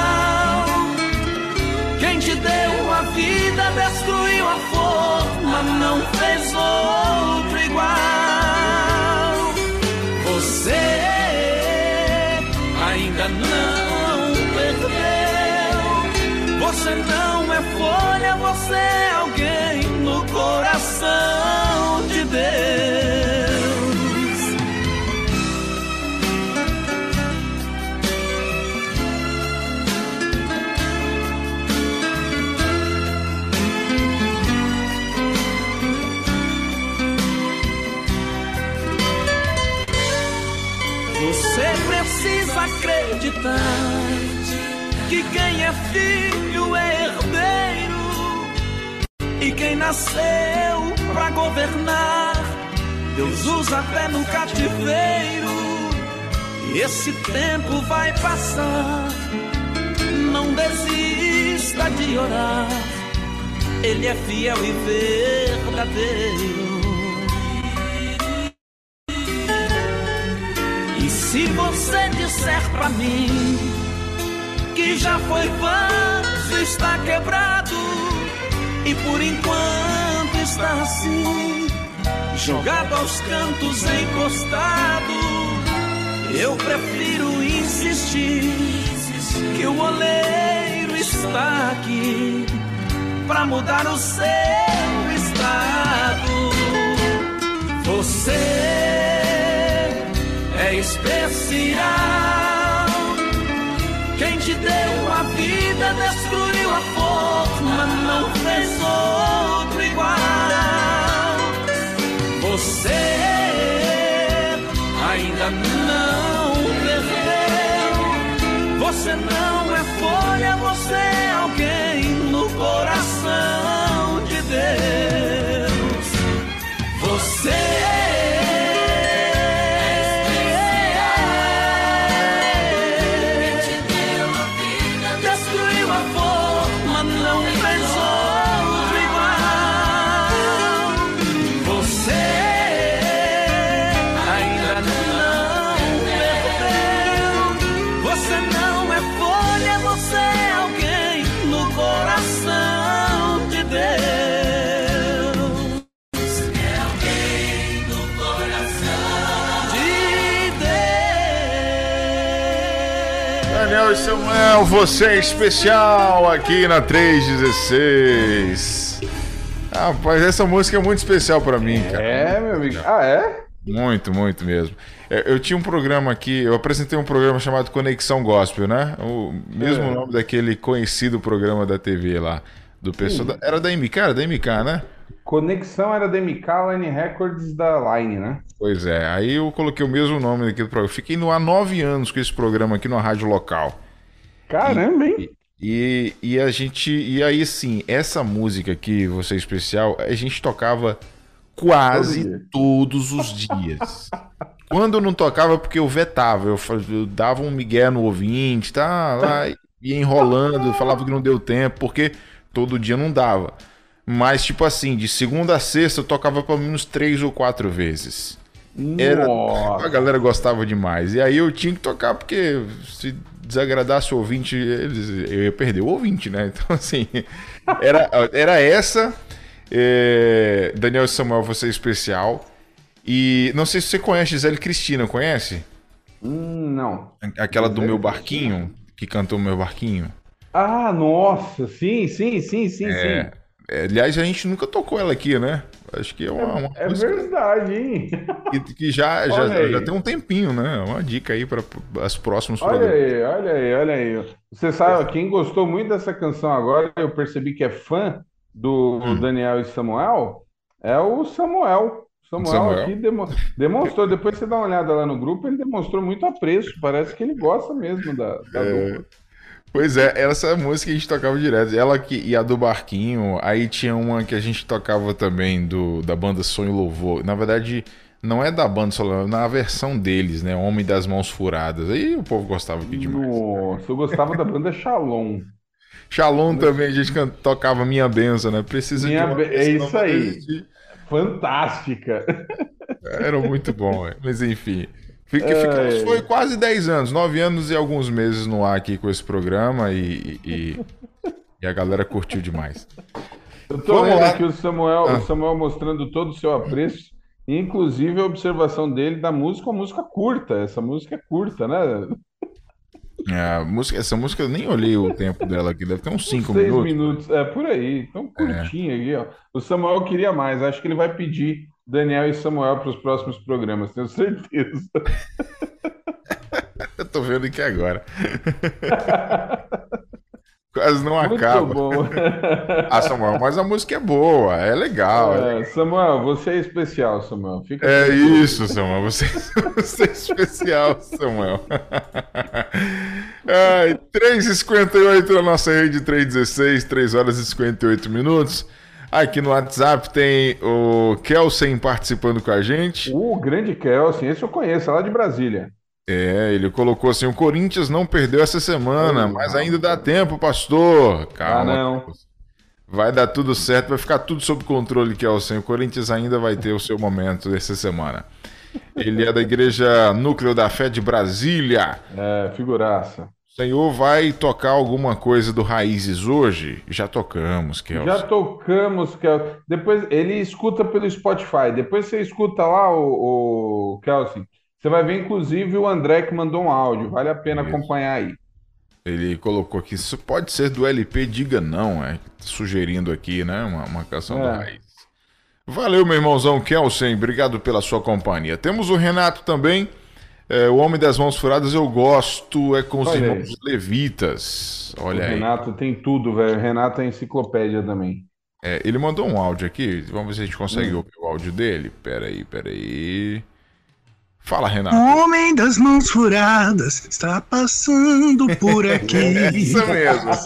S5: Quem te deu a vida destruiu a forma, não fez outro igual. Você ainda não perdeu. Você não é folha, você é alguém no coração de Deus. Você precisa acreditar acreditar que quem é filho é herdeiro e quem nasceu pra governar, Deus usa até no cativeiro. E esse tempo vai passar, não desista de orar, Ele é fiel e verdadeiro. E se você disser pra mim que já foi vaso, está quebrado e por enquanto está assim, jogado aos cantos, encostado, eu prefiro insistir que o oleiro está aqui pra mudar o seu estado. Você é especial. Quem te deu a vida destruiu a forma, não fez outro igual. Você ainda não perdeu. Você não é folha, você é alguém no coração de Deus. Você destruiu a forma, não fez outro igual. Você ainda não perdeu. Você não é folha, você é alguém no coração de Deus. É alguém no coração de Deus.
S2: Daniel e Samuel, você é especial aqui na 316. Rapaz, essa música é muito especial pra mim, cara.
S3: É, meu amigo. Ah, é?
S2: Muito, muito mesmo. Eu tinha um programa aqui, eu apresentei um programa chamado Conexão Gospel, né? O mesmo nome daquele conhecido programa da TV lá. Do pessoal era da MK, era da MK, né?
S3: Conexão era da MK, Line Records da Line, né?
S2: Pois é, aí eu coloquei o mesmo nome daquele programa. Fiquei no ar 9 anos com esse programa aqui na rádio local.
S3: Caramba, hein?
S2: E a gente. E aí, sim, essa música aqui, Você é Especial, a gente tocava quase todos os dias. Quando eu não tocava, porque eu vetava, eu dava um migué no ouvinte, tá? Lá, ia enrolando, falava que não deu tempo, porque todo dia não dava. Mas, tipo assim, de segunda a sexta eu tocava pelo menos 3 ou 4 vezes. A galera gostava demais. E aí eu tinha que tocar, porque se desagradasse o ouvinte, eu ia perder o ouvinte, né? Então, assim, era essa. Daniel e Samuel, Você é Especial. E não sei se você conhece Gisele Cristina, conhece?
S3: Não.
S2: Aquela do Meu Barquinho, que cantou Meu Barquinho.
S3: Ah, nossa, sim.
S2: Aliás, a gente nunca tocou ela aqui, né? Acho que é uma
S3: É
S2: música
S3: verdade, hein?
S2: que já tem um tempinho, né? Uma dica aí para os próximos programas.
S3: Olha aí. Você sabe, quem gostou muito dessa canção agora, eu percebi que é fã do Daniel e Samuel, é o Samuel. Samuel aqui demonstrou, depois você dá uma olhada lá no grupo, ele demonstrou muito apreço, parece que ele gosta mesmo da dupla.
S2: Pois é, essa música a gente tocava direto. Ela e a do Barquinho, aí tinha uma que a gente tocava também da banda Sonho e Louvor. Na verdade, não é da banda só, na versão deles, né? Homem das Mãos Furadas. Aí o povo gostava aqui demais.
S3: Nossa, eu gostava da banda Shalom.
S2: Shalom também, a gente tocava Minha Benção, né? Precisa de uma
S3: É
S2: benção,
S3: isso aí. Fantástica.
S2: Era muito bom, mas enfim. Foi quase 10 anos, 9 anos e alguns meses no ar aqui com esse programa e a galera curtiu demais.
S3: Eu tô vendo aqui o Samuel mostrando todo o seu apreço, inclusive a observação dele da música, uma música curta. Essa música é curta, né?
S2: Essa música eu nem olhei o tempo dela aqui, deve ter uns 5
S3: 6
S2: minutos.
S3: minutos, por aí, tão curtinho aqui, ó. O Samuel queria mais, acho que ele vai pedir Daniel e Samuel para os próximos programas, tenho certeza.
S2: Eu tô vendo aqui agora. Quase não
S3: Muito
S2: acaba.
S3: bom.
S2: Ah, Samuel, mas a música é boa, é legal.
S3: Samuel, você é especial, Samuel. Fica
S2: É
S3: tranquilo.
S2: isso, Samuel. Você é especial, Samuel. Ai, 3h58 na nossa rede 316, 3 horas e 58 minutos. Aqui no WhatsApp tem o Kelsen participando com a gente.
S3: O grande Kelsen, esse eu conheço, é lá de Brasília.
S2: Ele colocou assim: o Corinthians não perdeu essa semana, mas ainda dá tempo, pastor. Calma.
S3: não.
S2: Vai dar tudo certo, vai ficar tudo sob controle, Kelsen. O Corinthians ainda vai ter o seu momento essa semana. Ele é da Igreja Núcleo da Fé de Brasília.
S3: Figuraça.
S2: O senhor vai tocar alguma coisa do Raízes hoje? Já tocamos, Kelsen.
S3: Já tocamos, Kelsen. Depois ele escuta pelo Spotify. Depois você escuta lá o Kelsen. Você vai ver, inclusive, o André que mandou um áudio. Vale a pena acompanhar aí.
S2: Ele colocou aqui: isso pode ser do LP Diga Não, sugerindo aqui, né? Uma canção do Raízes. Valeu, meu irmãozão Kelsen. Obrigado pela sua companhia. Temos o Renato também. O Homem das Mãos Furadas eu gosto, com os irmãos levitas. Olha aí.
S3: O Renato tem tudo, velho. O Renato é enciclopédia também.
S2: Ele mandou um áudio aqui. Vamos ver se a gente consegue ouvir o áudio dele. Peraí. Fala, Renato.
S9: O Homem das Mãos Furadas está passando por aqui.
S2: Isso mesmo.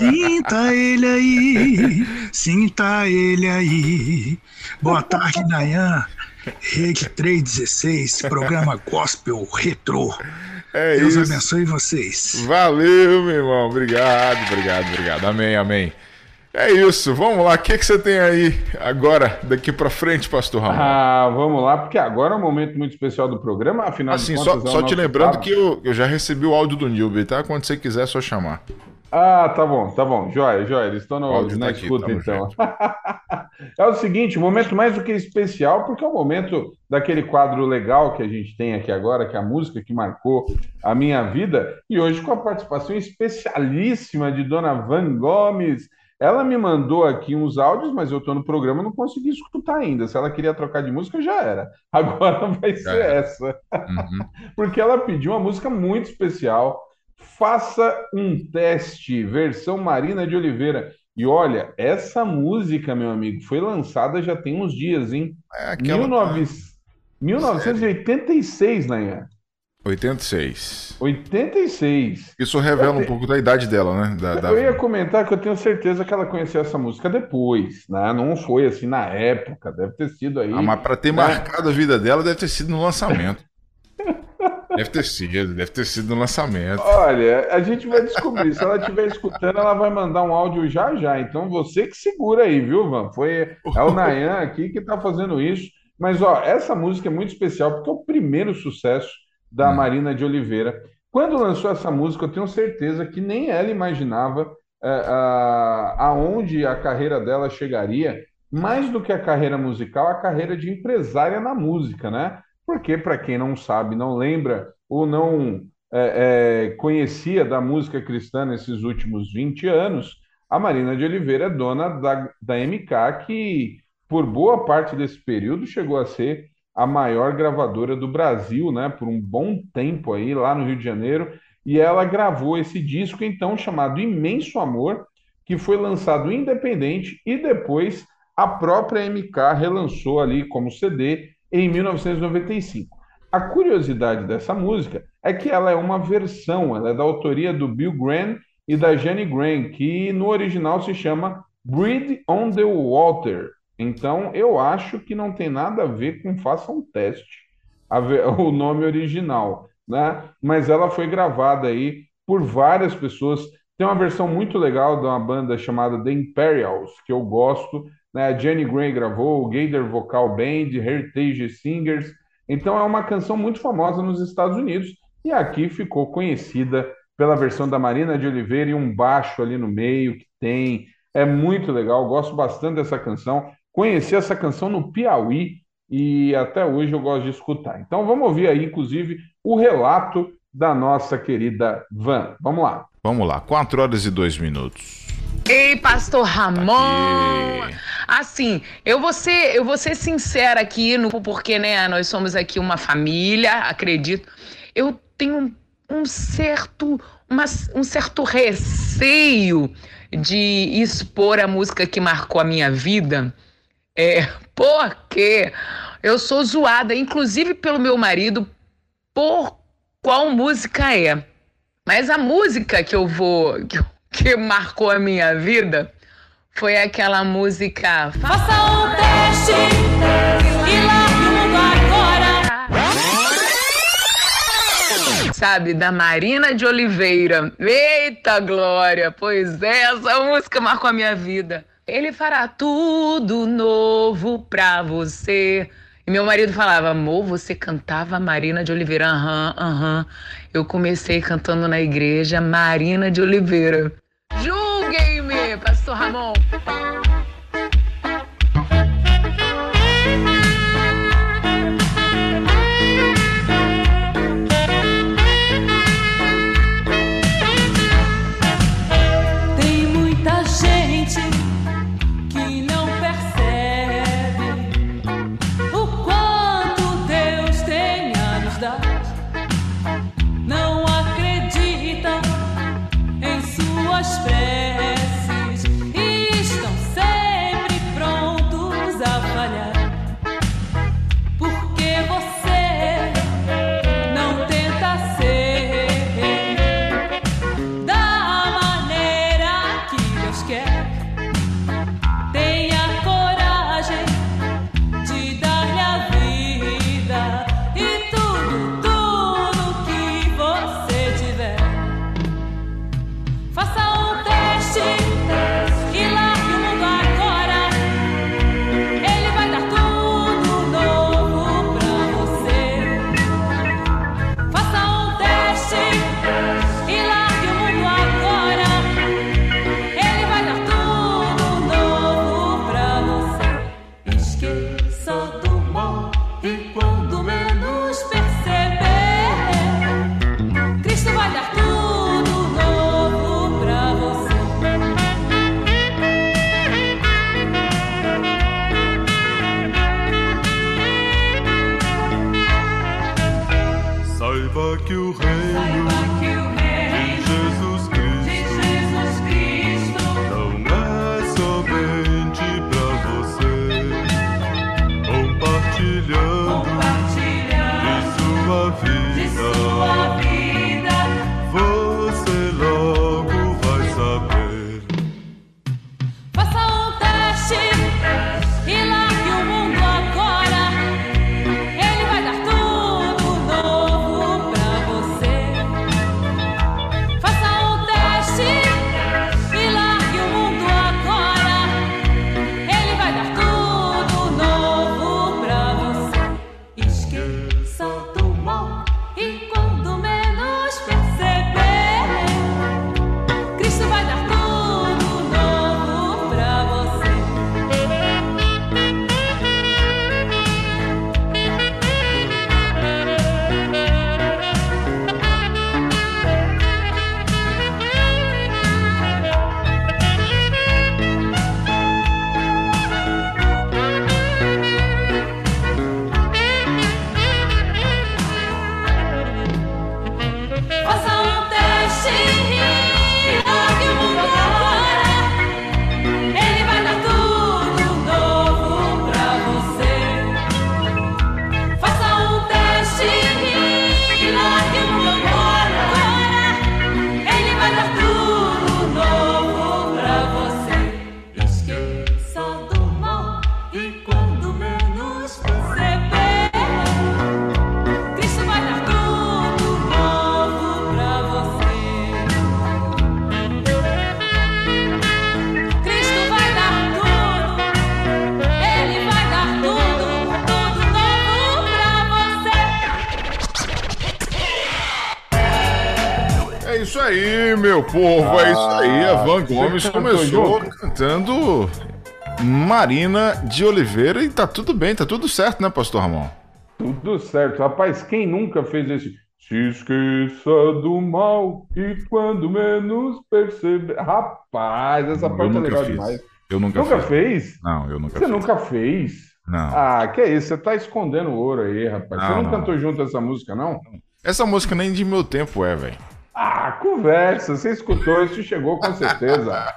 S9: Sinta ele aí. Boa tarde, Nayan. Rede 316, programa Gospel Retrô. Deus abençoe vocês.
S2: Valeu, meu irmão. Obrigado. Amém. É isso, vamos lá. O que você tem aí agora, daqui pra frente, pastor Ramon?
S3: Vamos lá, porque agora é um momento muito especial do programa, afinal de contas...
S2: Só te lembrando que eu já recebi o áudio do Nilby, tá? Quando você quiser, é só chamar.
S3: Tá bom. Joia. Eles estão na escuta, então. É o seguinte, um momento mais do que especial, porque é o momento daquele quadro legal que a gente tem aqui agora, que é a música que marcou a minha vida, e hoje com a participação especialíssima de Dona Van Gomes. Ela me mandou aqui uns áudios, mas eu estou no programa e não consegui escutar ainda. Se ela queria trocar de música, já era. Agora vai ser essa. Porque ela pediu uma música muito especial. Faça um Teste, versão Marina de Oliveira. E olha, essa música, meu amigo, foi lançada já tem uns dias, hein? 1986, Nayan. 86.
S2: Isso revela um pouco da idade dela, né?
S3: Eu ia comentar que eu tenho certeza que ela conheceu essa música depois, né? Não foi assim na época, deve ter sido aí.
S2: Mas para ter marcado a vida dela, deve ter sido no lançamento. Deve ter sido no lançamento.
S3: Olha, a gente vai descobrir. Se ela estiver escutando, ela vai mandar um áudio já. Então você que segura aí, viu, Van? É o Nayan aqui que tá fazendo isso. Mas, essa música é muito especial porque é o primeiro sucesso da Marina de Oliveira. Quando lançou essa música, eu tenho certeza que nem ela imaginava aonde a carreira dela chegaria, mais do que a carreira musical, a carreira de empresária na música, né? Porque, para quem não sabe, não lembra ou não conhecia da música cristã nesses últimos 20 anos, a Marina de Oliveira é dona da MK, que por boa parte desse período chegou a ser a maior gravadora do Brasil, né, por um bom tempo aí, lá no Rio de Janeiro, e ela gravou esse disco, então, chamado Imenso Amor, que foi lançado independente, e depois a própria MK relançou ali como CD em 1995. A curiosidade dessa música é que ela é uma versão, ela é da autoria do Bill Graham e da Jane Graham, que no original se chama Breathe on the Water. Então, eu acho que não tem nada a ver com Faça um Teste, o nome original, né? Mas ela foi gravada aí por várias pessoas. Tem uma versão muito legal de uma banda chamada The Imperials, que eu gosto, né? A Jane Graham gravou, o Gaither Vocal Band, Heritage Singers. Então, é uma canção muito famosa nos Estados Unidos e aqui ficou conhecida pela versão da Marina de Oliveira e um baixo ali no meio que tem. É muito legal, gosto bastante dessa canção. Conheci essa canção no Piauí e até hoje eu gosto de escutar. Então vamos ouvir aí, inclusive, o relato da nossa querida Van. Vamos lá.
S2: Vamos lá, 4 horas e 2 minutos.
S10: Ei, pastor Ramon! Assim, eu vou ser sincera aqui, porque, né, nós somos aqui uma família, acredito. Eu tenho um certo receio receio de expor a música que marcou a minha vida, porque eu sou zoada, inclusive pelo meu marido, por qual música é. Mas a música que marcou a minha vida foi aquela música
S5: Faça um teste e largue o mundo agora.
S10: Sabe, da Marina de Oliveira. Eita glória, pois é, essa música marcou a minha vida. Ele fará tudo novo pra você. E meu marido falava, amor, você cantava Marina de Oliveira? Aham. Eu comecei cantando na igreja Marina de Oliveira. Julguem-me, pastor Ramon.
S5: Tem muita gente que não percebe o quanto Deus tem a nos dar. Não acredita em suas preces e estão sempre prontos a falhar. Porque você não tenta ser da maneira que Deus quer. Tenha coragem de dar-lhe a vida e tudo que você tiver. Faça um teste e largue o mundo agora. Ele vai dar tudo novo pra você. Faça um teste e largue o mundo agora. Ele vai dar tudo novo pra você. Esqueça do mal e quando menos perceber, Cristo vai dar tudo novo pra você.
S11: Saiba que o reino de Jesus Cristo não é somente pra você, compartilhando de sua vida, você logo vai saber.
S5: Faça um teste e largue o mundo agora. Ele vai dar tudo novo pra você. Faça um teste e largue o mundo agora. Ele vai dar tudo novo pra você. Esqueça do mal e quando menos perceber, Cristo vai dar tudo novo pra você. Faça um teste e largue o mundo agora. Ele vai dar tudo novo pra você. Faça um teste e largue o mundo agora. Ele vai dar tudo novo pra você. Esqueça do mal e quando menos perceber, Cristo vai dar tudo novo pra você. Cristo vai dar tudo, Ele vai dar tudo novo pra você.
S2: É isso aí, meu povo, é isso aí. A Van Gomes
S3: você
S2: começou
S3: cantou
S2: cantando Marina de Oliveira e tá tudo bem, tá tudo certo, né, pastor Ramon?
S3: Tudo certo. Rapaz, quem nunca fez esse? Se esqueça do mal e quando menos perceber. Rapaz, essa parte é legal demais.
S2: Eu nunca
S3: Nunca
S2: fiz.
S3: fez?
S2: Não, eu nunca
S3: Você
S2: fiz.
S3: nunca fez?
S2: Não.
S3: Ah, que é isso? Você tá escondendo ouro aí, rapaz. Você
S2: Não,
S3: não
S2: não.
S3: cantou junto essa música, não?
S2: Essa música nem de meu tempo é, velho.
S3: Conversa, você escutou, isso chegou com certeza.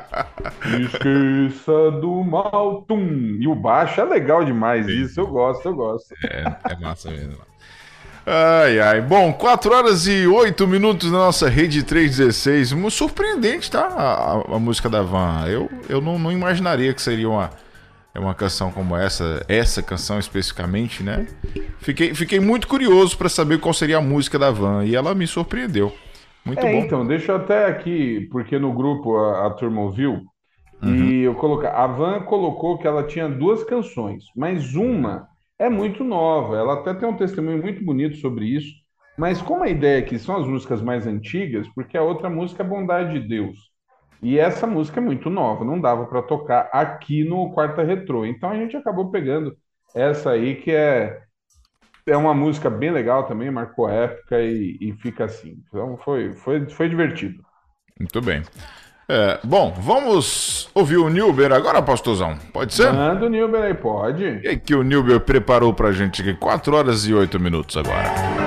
S3: Esqueça do mal, tum. E o baixo é legal demais, isso eu gosto.
S2: É massa mesmo. Ai. Bom, 4 horas e 8 minutos na nossa rede 316. Surpreendente, tá? A música da Van. Eu não imaginaria que seria uma canção como essa canção especificamente, né? Fiquei muito curioso para saber qual seria a música da Van e ela me surpreendeu. Muito bom.
S3: Então, deixa eu até aqui, porque no grupo a turma ouviu, e a Van colocou que ela tinha 2 canções, mas uma é muito nova, ela até tem um testemunho muito bonito sobre isso, mas como a ideia aqui são as músicas mais antigas, porque a outra música é Bondade de Deus, e essa música é muito nova, não dava para tocar aqui no Quarta Retrô, então a gente acabou pegando essa aí que é uma música bem legal também, marcou a época e fica assim. Então foi divertido.
S2: Muito bem. Bom, vamos ouvir o Nilber agora, pastorzão? Pode ser?
S3: Manda o Nilber aí, pode.
S2: E que o Nilber preparou pra gente aqui, 4 horas e 8 minutos agora.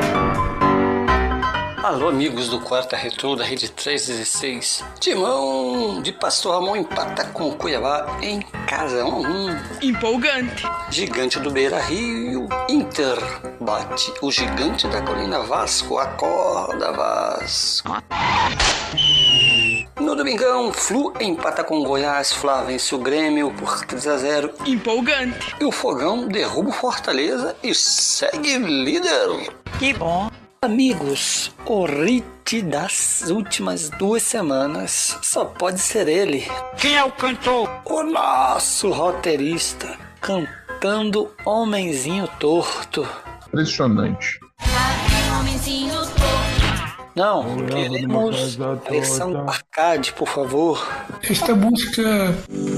S12: Alô, amigos do Quarta Retrô da Rede 316. Timão de Pastor Ramon empata com Cuiabá em casa 1-1.
S10: Empolgante.
S12: Gigante do Beira Rio, Inter bate o gigante da colina Vasco. Acorda, Vasco. No domingão, Flu empata com Goiás, Flá vence o Grêmio por 3-0.
S10: Empolgante.
S12: E o Fogão derruba o Fortaleza e segue líder.
S10: Que bom.
S12: Amigos, o hit das últimas 2 semanas só pode ser ele.
S10: Quem é o cantor?
S12: O nosso roteirista, cantando Homenzinho Torto.
S3: Impressionante.
S8: Homenzinho torto.
S12: Não, queremos a versão do Arcade, por favor.
S9: Esta música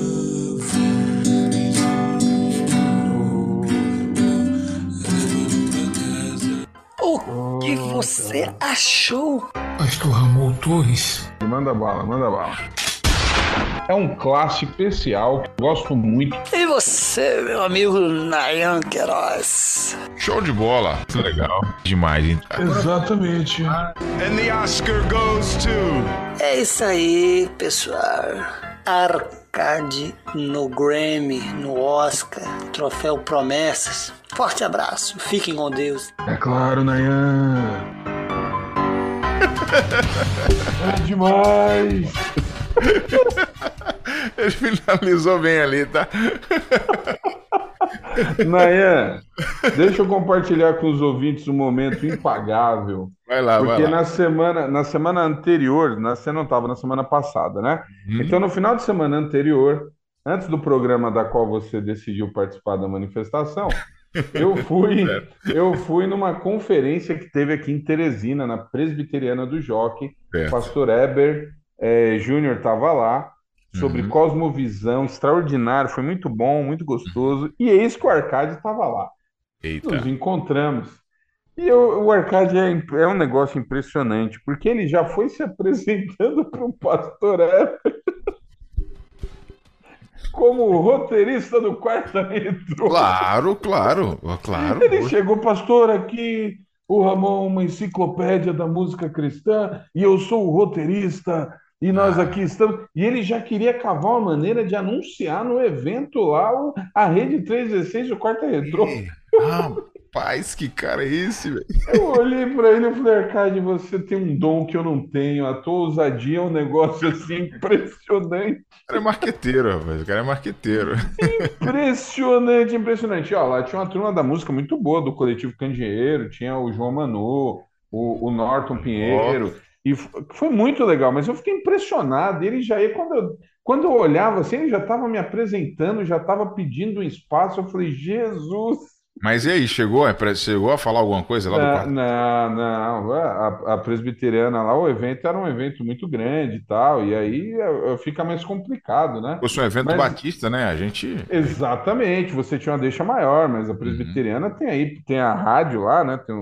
S12: O que você achou?
S9: Pastor Ramon Torres.
S3: Manda bala. É um clássico especial que eu gosto muito.
S12: E você, meu amigo Nayan Queiroz?
S2: Show de bola. Muito legal. Demais, hein?
S9: Exatamente.
S11: And the Oscar goes to...
S12: É isso aí, pessoal. Arcade no Grammy, no Oscar, troféu Promessas. Forte abraço, fiquem com Deus.
S3: É claro, Nayan. É demais.
S2: Ele finalizou bem ali, tá?
S3: Nayan, deixa eu compartilhar com os ouvintes um momento impagável.
S2: Vai lá.
S3: Porque na semana anterior, você não estava na semana passada, né? Então, no final de semana anterior, antes do programa da qual você decidiu participar da manifestação, eu fui numa conferência que teve aqui em Teresina, na Presbiteriana do Jockey. O pastor Eber Júnior estava lá, sobre cosmovisão, extraordinário, foi muito bom, muito gostoso. E eis que o Arcade estava lá.
S2: Eita.
S3: Nos encontramos. E o Arcade é um negócio impressionante, porque ele já foi se apresentando para o pastor Eber como roteirista do Quarta Retrô.
S2: Claro.
S3: Ele chegou, pastor, aqui o Ramon, uma enciclopédia da música cristã, e eu sou o roteirista, e nós aqui estamos... E ele já queria cavar uma maneira de anunciar no evento lá a Rede 316 do Quarta Retrô.
S2: Rapaz, que cara é esse, velho?
S3: Eu olhei pra ele e falei, Arcade, você tem um dom que eu não tenho. A tua ousadia é um negócio assim impressionante.
S2: O cara é marqueteiro, rapaz. O cara é marqueteiro.
S3: Impressionante. Ó, lá tinha uma turma da música muito boa, do Coletivo Candeeiro, tinha o João Manu, o Norton Pinheiro, e foi muito legal, mas eu fiquei impressionado. Ele já ia, quando eu olhava assim, ele já estava me apresentando, já estava pedindo um espaço. Eu falei, Jesus!
S2: Mas e aí, chegou a falar alguma coisa lá do quarto?
S3: Não. A presbiteriana lá, o evento era um evento muito grande e tal, e aí fica mais complicado, né?
S2: Fosse um evento batista, né? A gente...
S3: Exatamente, você tinha uma deixa maior, mas a presbiteriana tem a rádio lá, né? Tem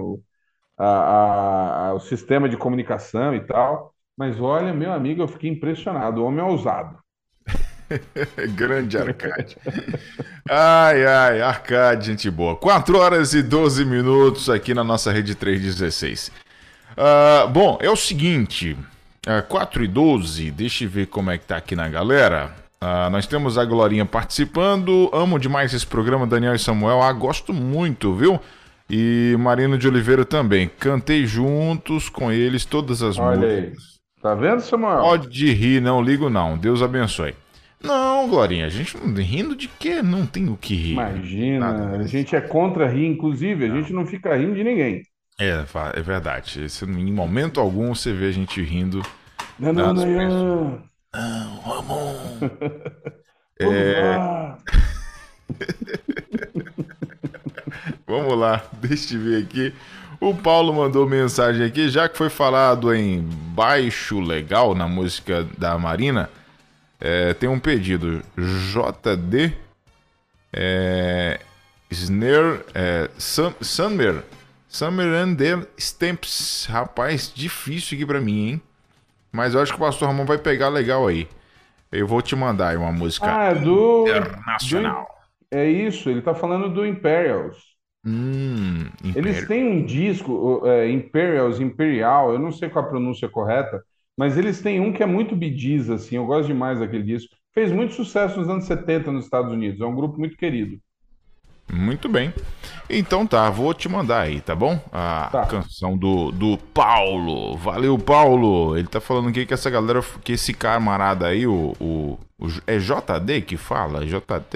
S3: o sistema de comunicação e tal. Mas olha, meu amigo, eu fiquei impressionado. O homem é ousado.
S2: Grande Arcade. Ai, Arcade, gente boa. 4 horas e 12 minutos aqui na nossa Rede 316. Bom, é o seguinte, 4h12, deixa eu ver como é que tá aqui na galera. Nós temos a Glorinha participando, amo demais esse programa, Daniel e Samuel, gosto muito, viu? E Marina de Oliveira também, cantei juntos com eles todas as
S3: Olha
S2: músicas.
S3: aí. Tá vendo, Samuel?
S2: Pode rir, não ligo não, Deus abençoe. Não, Glorinha, a gente não rindo de quê? Não tem o que rir.
S3: Imagina, a gente é contra rir, inclusive, a gente não fica rindo de ninguém.
S2: É verdade, em momento algum você vê a gente rindo.
S3: Não,
S2: Ramon. Vamos lá, deixa eu ver aqui. O Paulo mandou mensagem aqui, já que foi falado em baixo legal na música da Marina, tem um pedido. JD Snare Summer and the Stamps. Rapaz, difícil aqui pra mim, hein? Mas eu acho que o Pastor Ramon vai pegar legal aí. Eu vou te mandar aí uma música internacional.
S3: É isso, ele tá falando do Imperials. Eles têm um disco, Imperial, eu não sei qual a pronúncia correta, mas eles têm um que é muito Bee Gees, assim, eu gosto demais daquele disco. Fez muito sucesso nos anos 70 nos Estados Unidos, é um grupo muito querido.
S2: Muito bem. Então tá, vou te mandar aí, tá bom? A canção do Paulo. Valeu, Paulo. Ele tá falando aqui que essa galera, que esse camarada aí, é JD que fala?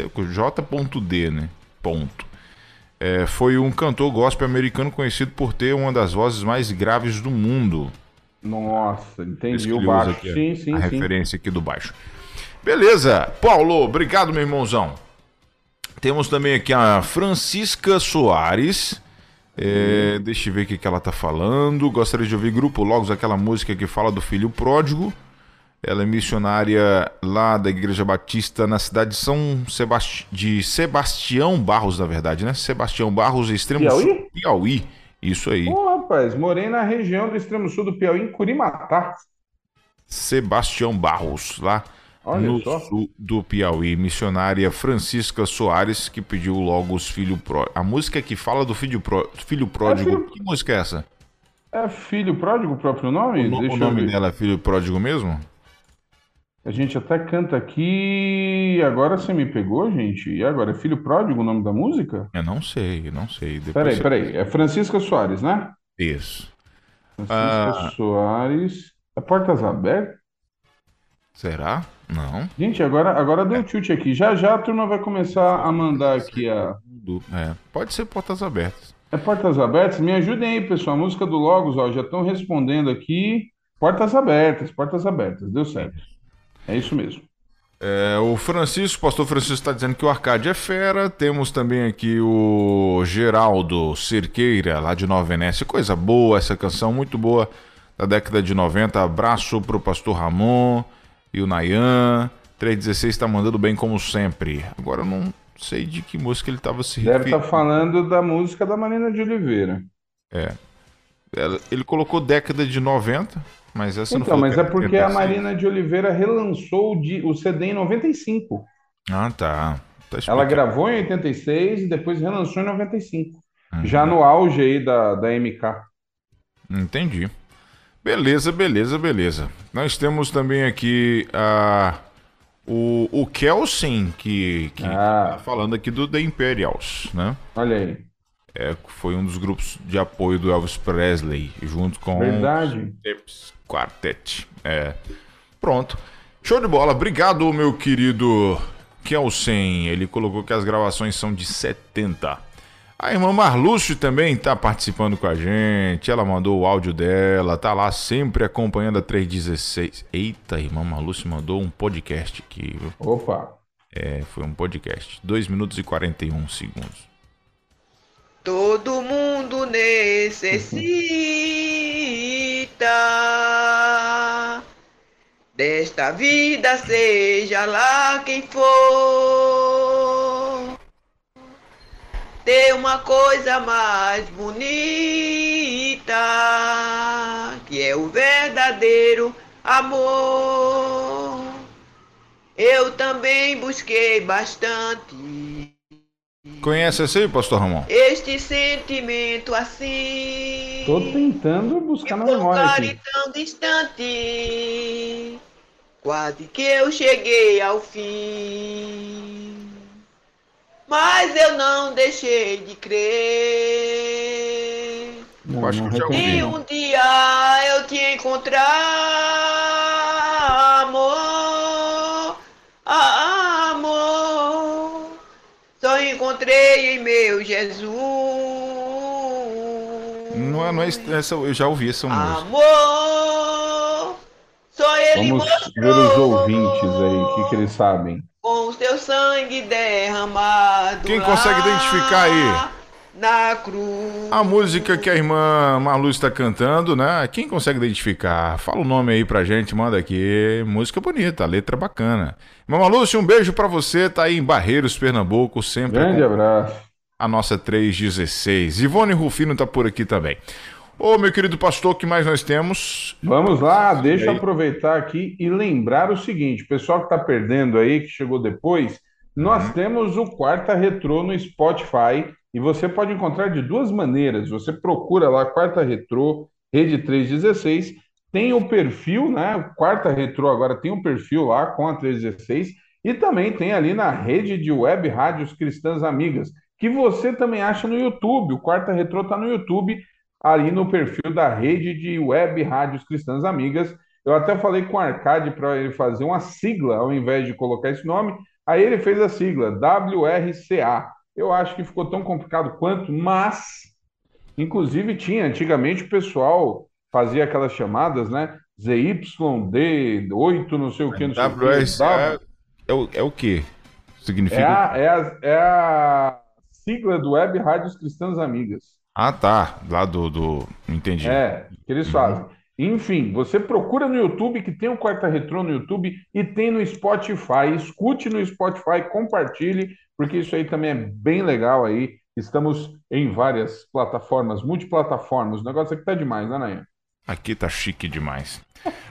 S2: J.D, né? Ponto. Foi um cantor gospel americano conhecido por ter uma das vozes mais graves do mundo.
S3: Nossa, entendi o baixo.
S2: Aqui, sim. Referência aqui do baixo. Beleza, Paulo, obrigado, meu irmãozão. Temos também aqui a Francisca Soares. Deixa eu ver o que ela tá falando. Gostaria de ouvir Grupo Logos, aquela música que fala do filho pródigo. Ela é missionária lá da Igreja Batista na cidade de Sebastião Barros, na verdade, né? Sebastião Barros, extremo sul, Piauí. Isso aí.
S3: Pô, rapaz, morei na região do extremo sul do Piauí, em Curimatá.
S2: Sebastião Barros, lá no sul do Piauí. Missionária Francisca Soares, que pediu Logos Filho Pródigo. A música que fala do filho pródigo. Que música é essa?
S3: É Filho Pródigo o próprio nome?
S2: O nome dela é Filho Pródigo mesmo?
S3: A gente até canta aqui. Agora você me pegou, gente? E agora? É Filho Pródigo o nome da música?
S2: Eu não sei.
S3: Peraí. É Francisca Soares, né?
S2: Isso.
S3: Francisca Soares. É Portas Abertas?
S2: Será? Não.
S3: Gente, agora deu tilt aqui. Já a turma vai começar a mandar aqui
S2: pode ser Portas Abertas.
S3: É Portas Abertas? Me ajudem aí, pessoal. A música do Logos, já estão respondendo aqui. Portas Abertas. Deu certo. É isso mesmo.
S2: O pastor Francisco está dizendo que o Arcade é fera. Temos também aqui o Geraldo Cerqueira, lá de Nova Venécia. Coisa boa essa canção, muito boa, da década de 90. Abraço pro pastor Ramon e o Nayan. 316 está mandando bem como sempre. Agora eu não sei de que música ele estava se referindo.
S3: Deve estar falando da música da Marina de Oliveira.
S2: Ele colocou década de 90, mas essa não foi.
S3: Então, mas é porque a Marina de Oliveira relançou o CD em 95.
S2: Tá.
S3: Ela gravou em 86 e depois relançou em 95. Já no auge aí da MK.
S2: Entendi. Beleza. Nós temos também aqui o Kelsen, que tá falando aqui do The Imperials, né?
S3: Olha aí.
S2: Foi um dos grupos de apoio do Elvis Presley, junto com
S3: Verdade.
S2: o Quartet. Pronto. Show de bola. Obrigado, meu querido Kelsen. Ele colocou que as gravações são de 70. A irmã Marlúcio também tá participando com a gente. Ela mandou o áudio dela. Tá lá sempre acompanhando a 316. Eita, a irmã Marlúcio mandou um podcast aqui, viu?
S3: Opa.
S2: Foi um podcast. 2 minutos e 41 segundos.
S13: Todo mundo necessita desta vida, seja lá quem for. Ter uma coisa mais bonita, que é o verdadeiro amor. Eu também busquei bastante.
S2: Conhece essa aí, pastor Ramon?
S13: Este sentimento assim.
S3: Tô tentando buscar na memória aqui.
S13: Tão distante. Quase que eu cheguei ao fim. Mas eu não deixei de crer.
S3: Não,
S2: Acho que eu já ouvi.
S13: E um dia eu te encontrar, amor, amor. Só encontrei em meu Jesus.
S2: Não é essa, eu já ouvi essa música.
S13: Amor, só ele
S3: Vamos
S13: mostrou.
S3: ver os ouvintes aí, o que eles sabem.
S13: Com o teu sangue derramado.
S2: Quem consegue identificar aí?
S13: Na cruz.
S2: A música que a irmã Marlu está cantando, né? Quem consegue identificar? Fala o nome aí pra gente, manda aqui. Música bonita, letra bacana. Irmã Marlúcia, um beijo pra você, tá aí em Barreiros, Pernambuco, sempre.
S3: Grande abraço.
S2: A nossa 316. Ivone Rufino tá por aqui também. Ô, meu querido pastor, o que mais nós temos?
S3: Vamos lá, deixa eu aproveitar aqui e lembrar o seguinte, pessoal que tá perdendo aí, que chegou depois, nós temos o Quarta Retrô no Spotify e você pode encontrar de duas maneiras. Você procura lá Quarta Retrô, Rede 316, tem o perfil, né? O Quarta Retrô agora tem um perfil lá com a 316 e também tem ali na rede de web rádios cristãs amigas, que você também acha no YouTube. O Quarta Retrô tá no YouTube, ali no perfil da rede de web rádios cristãs amigas. Eu até falei com o Arcade para ele fazer uma sigla ao invés de colocar esse nome. Aí ele fez a sigla WRCA. Eu acho que ficou tão complicado quanto, mas inclusive tinha antigamente o pessoal fazia aquelas chamadas, né? ZYD 8 não sei o que, não sei o que.
S2: WRCA é o que? Significa?
S3: É a sigla do Web Rádios Cristãs Amigas.
S2: Ah, tá. Lá do... Entendi.
S3: Que eles fazem. Enfim, você procura no YouTube, que tem o Quarta Retrô no YouTube e tem no Spotify. Escute no Spotify, compartilhe, porque isso aí também é bem legal aí. Estamos em várias plataformas, multiplataformas. O negócio aqui tá demais, né, Nayan?
S2: Aqui tá chique demais.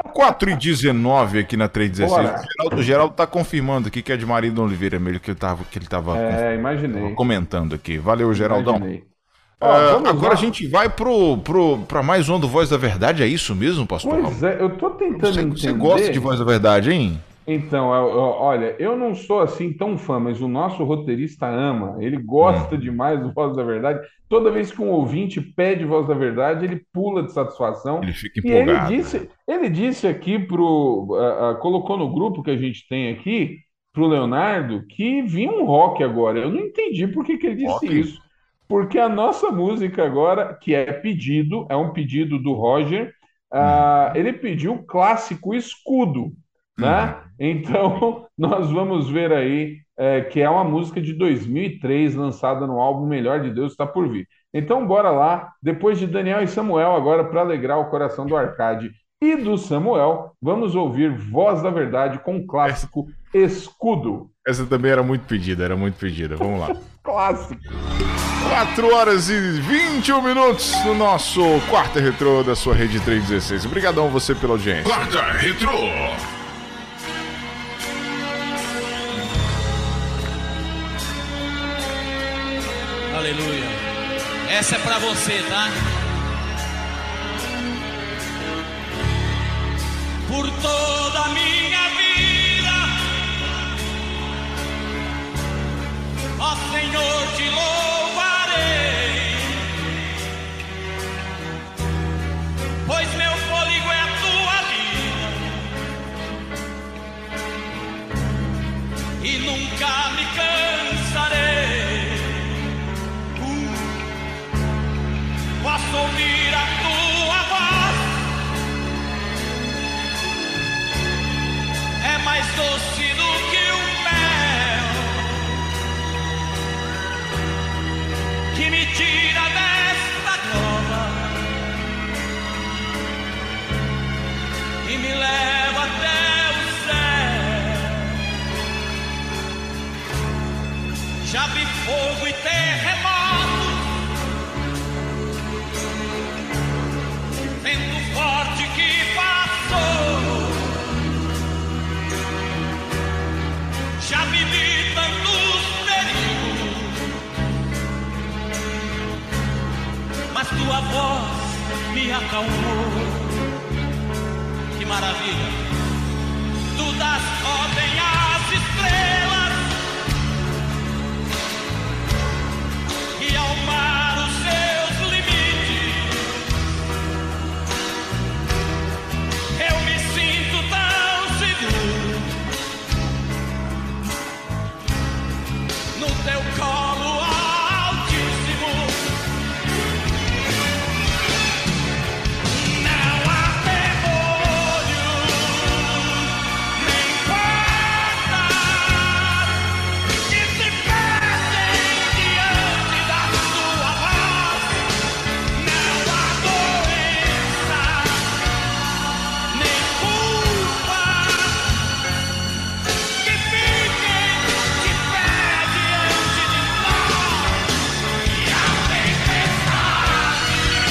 S2: 4h19 aqui na 316. O Geraldo tá confirmando aqui que é de Marília Oliveira mesmo, que ele tava
S3: imaginei.
S2: Comentando aqui. Valeu, Geraldão.
S3: Imaginei.
S2: Agora a gente vai pra mais um do Voz da Verdade, é isso mesmo, pastor?
S3: Pois é, eu tô tentando entender.
S2: Você gosta de Voz da Verdade, hein?
S3: Então, olha, eu não sou assim tão fã, mas o nosso roteirista ama, ele gosta demais do Voz da Verdade. Toda vez que um ouvinte pede Voz da Verdade, ele pula de satisfação.
S2: Ele fica empolgado.
S3: E ele disse aqui colocou no grupo que a gente tem aqui, pro Leonardo, que vinha um rock agora. Eu não entendi por que ele disse isso. Porque a nossa música agora, que é um pedido do Roger, ele pediu o clássico Escudo, né? Então, nós vamos ver aí, que é uma música de 2003, lançada no álbum Melhor de Deus Está Por Vir. Então, bora lá, depois de Daniel e Samuel, agora para alegrar o coração do Arcade e do Samuel, vamos ouvir Voz da Verdade com o clássico Escudo.
S2: Essa também era muito pedida, Vamos lá.
S3: Clássico.
S2: 4h21 no nosso Quarta Retrô da sua Rede 316. Obrigadão você pela audiência.
S14: Quarta Retrô.
S15: Aleluia. Essa é pra você, tá? Por toda a minha vida, ó Senhor, te louvarei, pois meu fôlego é a tua vida e nunca me cansarei. Posso ouvir a tua voz, é mais doce do que o mel, que me tira desta cova e me leva até o céu. Já vi fogo e terremoto, vento forte que passou. Já vivi tantos perigos tua voz me acalmou. Que maravilha! Tu das ordem às estrelas e ao mar os seus limites. Eu me sinto tão seguro no teu colo altíssimo. Não há demônio, nem portas que se perdem diante da tua voz. Não há doença, nem culpa que fiquem de pé diante de nós. E a tempestade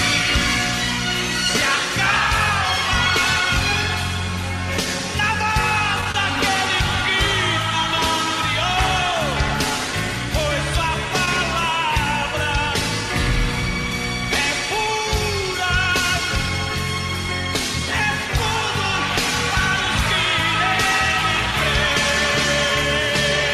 S15: se acalma na voz daquele que tu não criou, pois sua palavra é pura, é tudo para os que nele creem.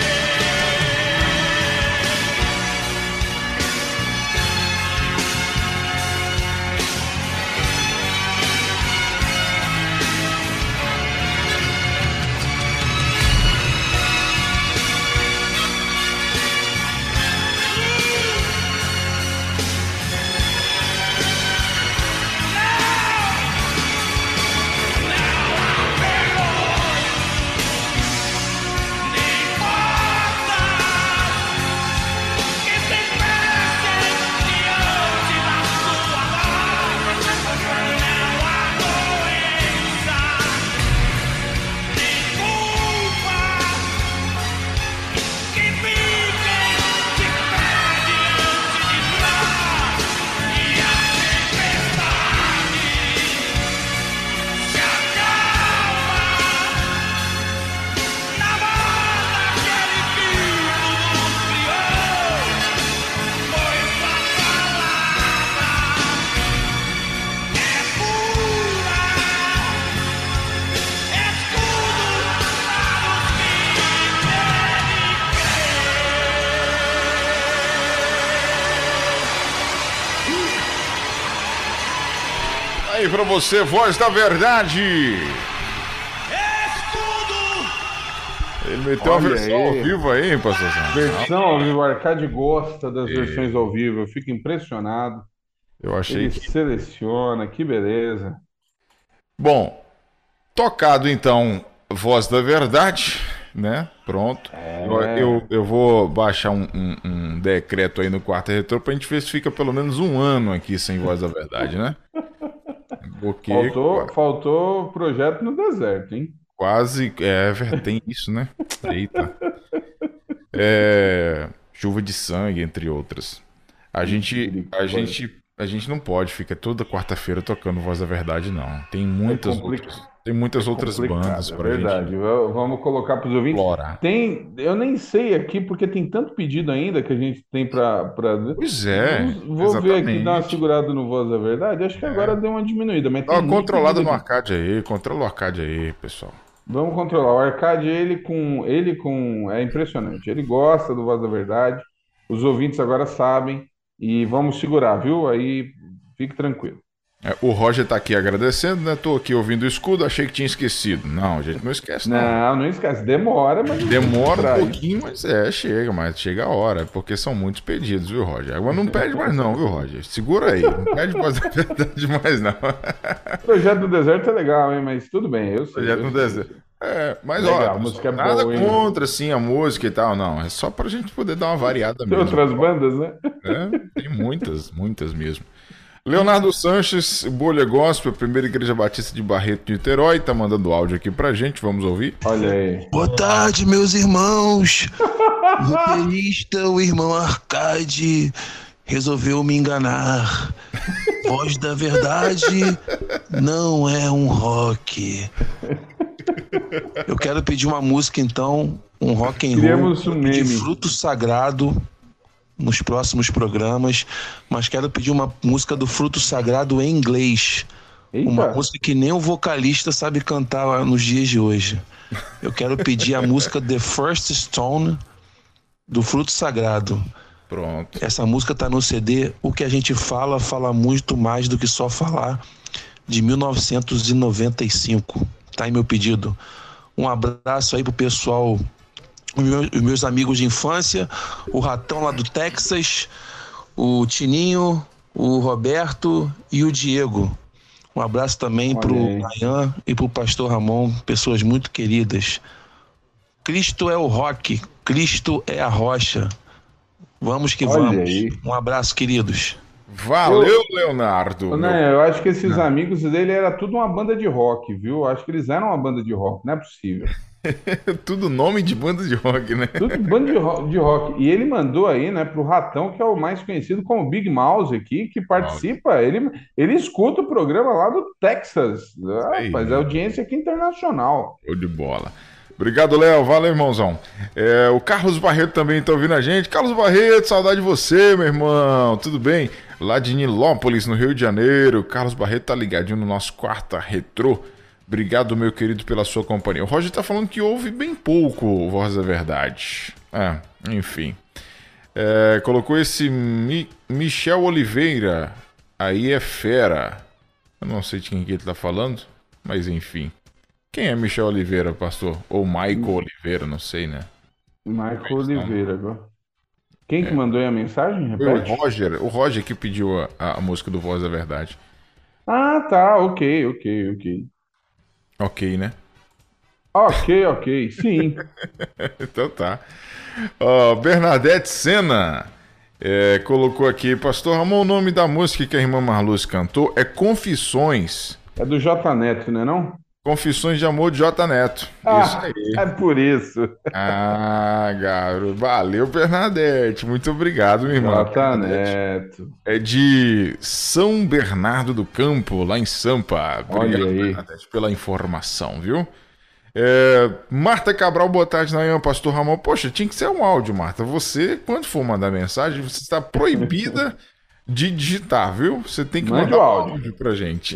S2: Aí pra você, Voz da Verdade. Ele meteu uma
S3: Olha
S2: versão
S3: aí.
S2: ao vivo aí, hein, pastorzão?
S3: Versão ao vivo, o Arcade gosta das versões ao vivo, eu fico impressionado.
S2: Eu achei
S3: Ele
S2: que...
S3: seleciona, que beleza.
S2: Bom, tocado então Voz da Verdade, né? Pronto. Eu vou baixar um decreto aí no Quarta Retrô pra gente ver se fica pelo menos um ano aqui sem Voz da Verdade, né? Porque
S3: Faltou projeto no deserto, hein?
S2: quase... tem isso, né? Eita. Chuva de Sangue, entre outras. A gente não pode ficar toda quarta-feira tocando Voz da Verdade, não. Tem muitas outras bandas
S3: É
S2: pra
S3: verdade.
S2: gente
S3: Vamos colocar para os ouvintes.
S2: explorar.
S3: Eu nem sei aqui, porque tem tanto pedido ainda que a gente tem para.
S2: Pois é,
S3: Vou ver aqui,
S2: exatamente.
S3: dar uma segurada no Voz da Verdade. Acho que agora deu uma diminuída. Mas
S2: Dá
S3: tem
S2: uma
S3: muito
S2: controlada
S3: pedido
S2: no
S3: aqui.
S2: arcade aí, controla o arcade aí, pessoal.
S3: Vamos controlar. O Arcade, é impressionante. Ele gosta do Voz da Verdade. Os ouvintes agora sabem. E vamos segurar, viu? Aí fique tranquilo.
S2: O Roger tá aqui agradecendo, né? Tô aqui ouvindo o escudo, achei que tinha esquecido. Não, a gente não esquece, não.
S3: Não esquece. Demora, mas.
S2: Demora um pouquinho, mas chega a hora, porque são muitos pedidos, viu, Roger? Agora não pede mais não, viu, Roger? Segura aí, não pede Voz da Verdade mais não.
S3: Projeto do Deserto é legal, hein? Mas tudo bem, eu sei.
S2: Projeto do Deserto. Mas
S3: Legal,
S2: ó,
S3: a música é
S2: nada
S3: boa, hein?
S2: contra, assim, a música e tal, não. É só pra gente poder dar uma variada
S3: Tem
S2: mesmo.
S3: outras bandas, né?
S2: Tem muitas mesmo. Leonardo Sanches, Bolha Gospel, primeira igreja batista de Barreto, Niterói, tá mandando áudio aqui pra gente, vamos ouvir?
S3: Olha aí.
S9: Boa tarde, meus irmãos. O roteirista, o irmão Arcade, resolveu me enganar. Voz da Verdade não é um rock. Eu quero pedir uma música, então, um rock and roll
S3: Criamos um
S9: de
S3: meme.
S9: Fruto Sagrado,
S14: nos próximos programas, mas quero pedir uma música do Fruto Sagrado em inglês.
S3: Eita.
S14: Uma música que nem o vocalista sabe cantar nos dias de hoje. Eu quero pedir a música The First Stone do Fruto Sagrado.
S2: Pronto.
S14: Essa música tá no CD O que a gente fala, fala muito mais do que só falar, de 1995. Tá aí meu pedido. Um abraço aí pro pessoal, os meus amigos de infância, o Ratão lá do Texas, o Tininho, o Roberto e o Diego. Um abraço também pro Nayan e pro Pastor Ramon, pessoas muito queridas. Cristo é o rock, Cristo é a rocha. Vamos que vamos.
S3: Aí.
S14: Um abraço, queridos.
S2: Valeu, Leonardo.
S3: Eu acho que esses amigos dele era tudo uma banda de rock, viu? Eu acho que eles eram uma banda de rock, não é possível.
S2: Tudo nome de banda de rock, né?
S3: Tudo banda de rock. E ele mandou aí, né, pro Ratão, que é o mais conhecido como Big Mouse aqui, que participa, ele escuta o programa lá do Texas. Rapaz, é audiência aqui internacional.
S2: Show de bola. Obrigado, Léo. Valeu, irmãozão. O Carlos Barreto também tá ouvindo a gente. Carlos Barreto, saudade de você, meu irmão. Tudo bem? Lá de Nilópolis, no Rio de Janeiro. Carlos Barreto tá ligadinho no nosso Quarta Retrô. Obrigado, meu querido, pela sua companhia. O Roger tá falando que ouve bem pouco Voz da Verdade. Enfim. Colocou esse Michel Oliveira. Aí é fera. Eu não sei de quem que ele tá falando, mas enfim. Quem é Michel Oliveira, pastor? Ou Michael Oliveira, não sei, né?
S3: Michael Oliveira, agora. Quem que mandou aí a mensagem? Repete.
S2: O Roger que pediu a música do Voz da Verdade.
S3: Ah, tá, ok.
S2: Ok, né?
S3: Ok, sim.
S2: Então tá. Bernadette Sena colocou aqui, Pastor Ramon, o nome da música que a irmã Marluz cantou é Confissões.
S3: É do J Neto, né não?
S2: Confissões de Amor de J Neto. Isso aí.
S3: É por isso.
S2: Garoto. Valeu, Bernadette. Muito obrigado, meu irmão.
S3: J Neto.
S2: É de São Bernardo do Campo, lá em Sampa. Obrigado, Bernadette, pela informação, viu? Marta Cabral, boa tarde, Nayan, Pastor Ramon. Poxa, tinha que ser um áudio, Marta. Você, quando for mandar mensagem, você está proibida de digitar, viu? Você tem que mandar um áudio pra gente.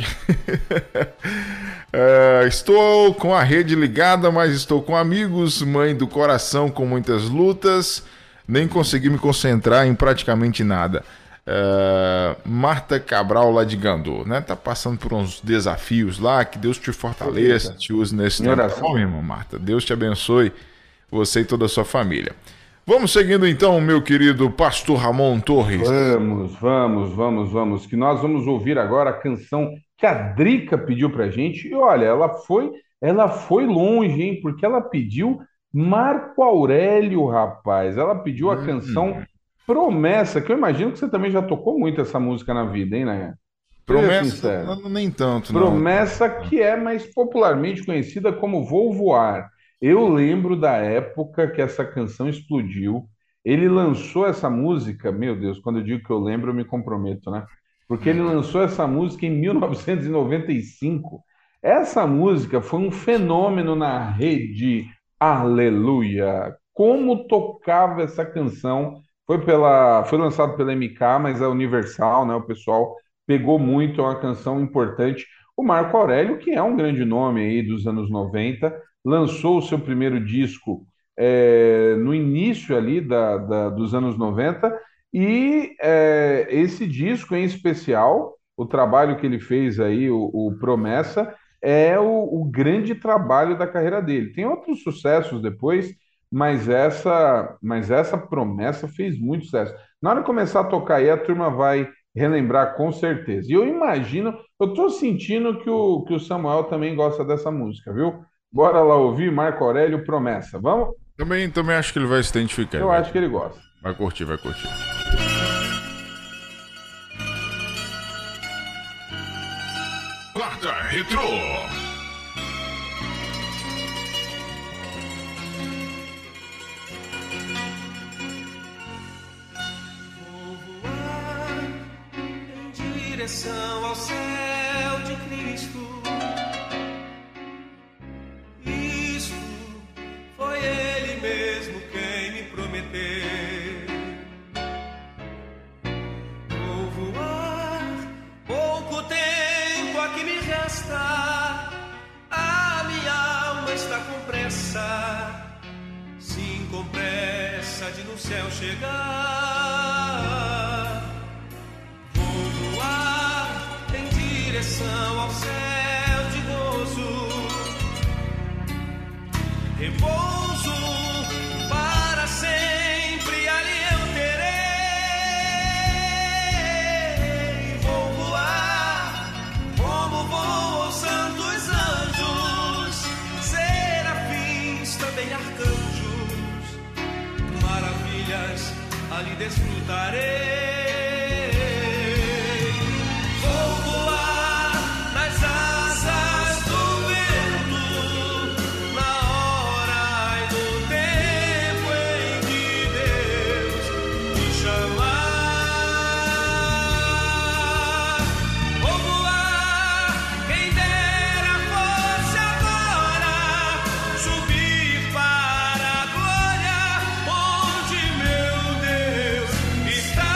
S2: Estou com a rede ligada, mas estou com amigos, mãe do coração com muitas lutas, nem consegui me concentrar em praticamente nada. Marta Cabral lá de Gandu, né? Tá passando por uns desafios lá, que Deus te fortaleça, te use nesse tempo. Bom, irmão, Marta, Deus te abençoe, você e toda a sua família. Vamos seguindo então, meu querido Pastor Ramon Torres.
S3: Vamos, que nós vamos ouvir agora a canção que a Drica pediu pra gente. E olha, ela foi longe, hein? Porque ela pediu Marco Aurélio, rapaz. Ela pediu a canção Promessa, que eu imagino que você também já tocou muito essa música na vida, hein, né?
S2: Promessa, nem tanto, não.
S3: Promessa, que é mais popularmente conhecida como Vou Voar. Eu lembro da época que essa canção explodiu. Ele lançou essa música, meu Deus, quando eu digo que eu lembro, eu me comprometo, né? Porque ele lançou essa música em 1995. Essa música foi um fenômeno na rede. Aleluia! Como tocava essa canção? Foi lançado pela MK, mas é Universal, né? O pessoal pegou muito, é uma canção importante. O Marco Aurélio, que é um grande nome aí dos anos 90, lançou o seu primeiro disco no início ali dos anos 90, e esse disco em especial, o trabalho que ele fez aí, o Promessa, é o grande trabalho da carreira dele. Tem outros sucessos depois, mas essa Promessa fez muito sucesso. Na hora de começar a tocar aí, a turma vai relembrar com certeza. E eu imagino, eu tô sentindo que o Samuel também gosta dessa música, viu? Bora lá ouvir Marco Aurélio, Promessa. Vamos?
S2: Também acho que ele vai se identificar.
S3: Eu acho que ele gosta.
S2: Vai curtir.
S16: Quarta Retrô.
S5: Direção ao céu de Cristo. Isto foi Ele mesmo quem me prometeu. com pressa de no céu chegar. Vou voar em direção ao céu de gozo, repouso para sempre ali eu terei. Vou voar como voam os santos anjos, serafins, também arcanjos, maravilhas ali desfrutarei. Vou voar nas asas do vento, na hora e no tempo em que Deus me chamar. Vou voar, quem dera fosse agora, subir para a glória onde meu Deus está.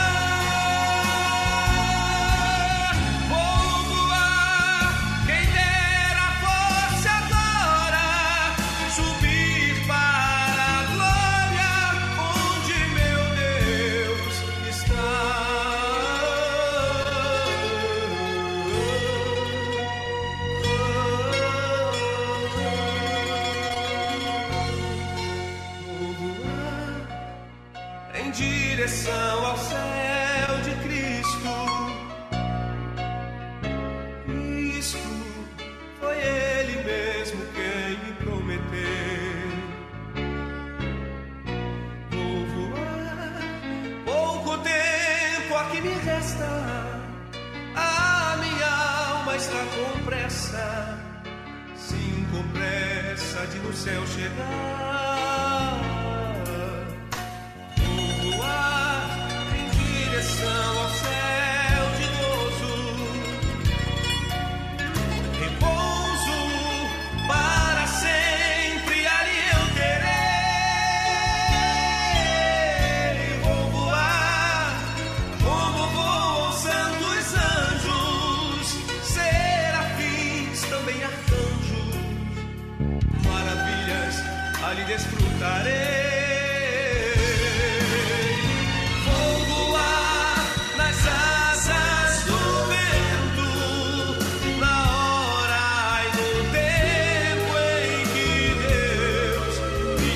S5: Vou voar, quem dera fosse agora, subir para a glória onde meu Deus está. Vou voar em direção ao céu de Cristo. Isto foi Ele mesmo quem me prometeu. Vou voar, pouco tempo aqui me resta, a minha alma está com pressa, sim, com pressa de no céu chegar. Vou voar em direção ao céu de gozo, repouso para sempre ali eu terei. Vou voar como voam santos anjos, serafins, também arcanjos, maravilhas ali desfrutarei. Vou voar nas asas do vento, na hora e no tempo em que Deus me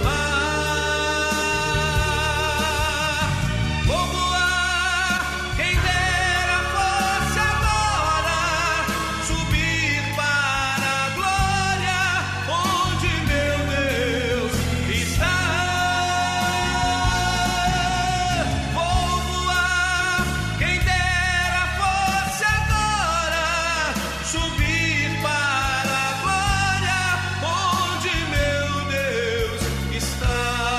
S5: chamar. Vou voar, quem dera fosse agora, subir para a glória onde meu Deus está. Vou voar, quem dera fosse agora, subir para a glória onde meu Deus está.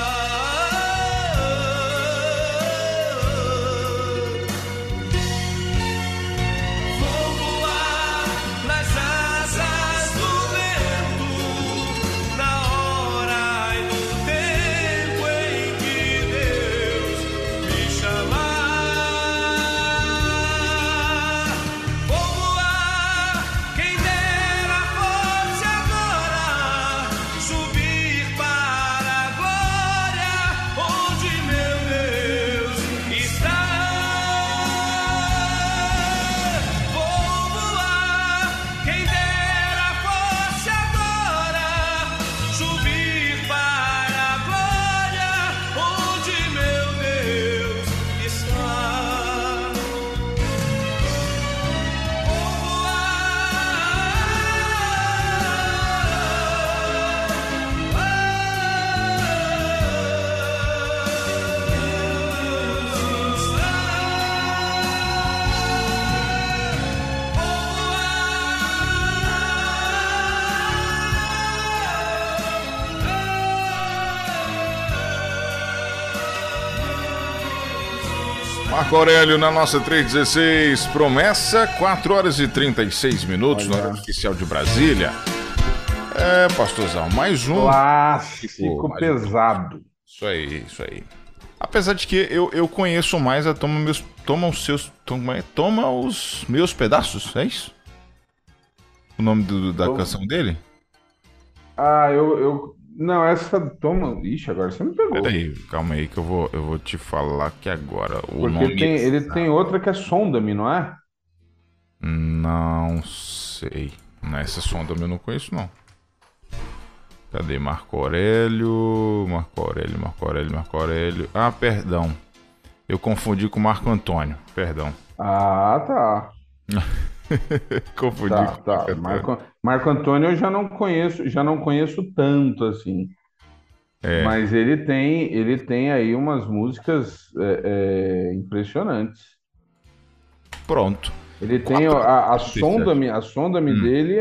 S5: Vou voar nas asas do vento, na hora e no tempo em que Deus me chamar. Vou voar, quem dera fosse agora, subir para a glória onde meu Deus está. Vou voar, quem dera fosse agora, subir para a glória onde meu Deus está. Vou
S2: Marco Aurélio na nossa 316 promessa, 4 horas e 36 minutos no horário oficial de Brasília. É, pastorzão, mais um.
S3: Clássico
S2: mais
S3: pesado.
S2: Isso aí, isso aí. Apesar de que eu conheço mais a Toma os Meus Pedaços, é isso? O nome da canção dele?
S3: Ah, eu Não, essa toma. Ixi, agora você me pegou.
S2: Peraí, calma aí que eu vou te falar aqui agora. O
S3: Porque
S2: nome
S3: ele tem outra que é Sonda-me, não é?
S2: Não sei. Essa Sonda eu não conheço, não. Cadê Marco Aurélio? Marco Aurélio. Ah, perdão. Eu confundi com Marco Antônio. Perdão.
S3: Ah, tá.
S2: Confundi com
S3: Tá. Marco Antônio eu já não conheço tanto assim. Mas ele tem aí umas músicas impressionantes.
S2: Pronto.
S3: Ele tem a Sonda-me dele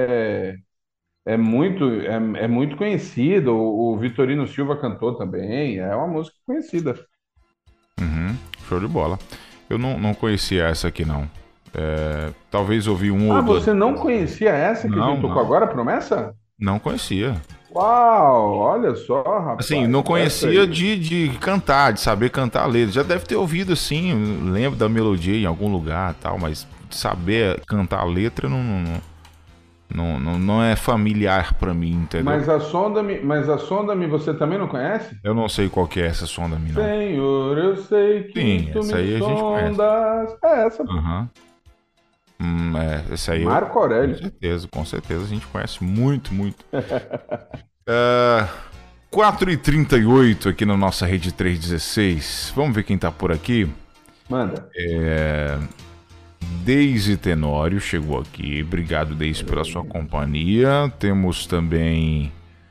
S3: é muito conhecida. O Vitorino Silva cantou também. É uma música conhecida.
S2: Show de bola. Eu não conhecia essa aqui, não. Talvez ouvi um ou dois.
S3: Você não conhecia essa que a gente tocou agora, Promessa?
S2: Não conhecia.
S3: Uau, olha só, rapaz.
S2: Assim, não conhecia de cantar, de saber cantar a letra. Já deve ter ouvido, assim, lembro da melodia em algum lugar e tal, mas saber cantar a letra não é familiar pra mim, entendeu?
S3: Mas a Sonda-me você também não conhece?
S2: Eu não sei qual que é essa Sonda-me, não.
S3: Senhor, eu sei que
S2: Sim,
S3: tu
S2: essa
S3: me
S2: aí a gente
S3: sondas. Essa.
S2: Essa aí
S3: Marco Aurélio.
S2: Com certeza a gente conhece muito. 4h38 aqui na nossa rede 316. Vamos ver quem tá por aqui.
S3: Manda.
S2: Deise Tenório chegou aqui. Obrigado, Deise, pela sua companhia. Temos também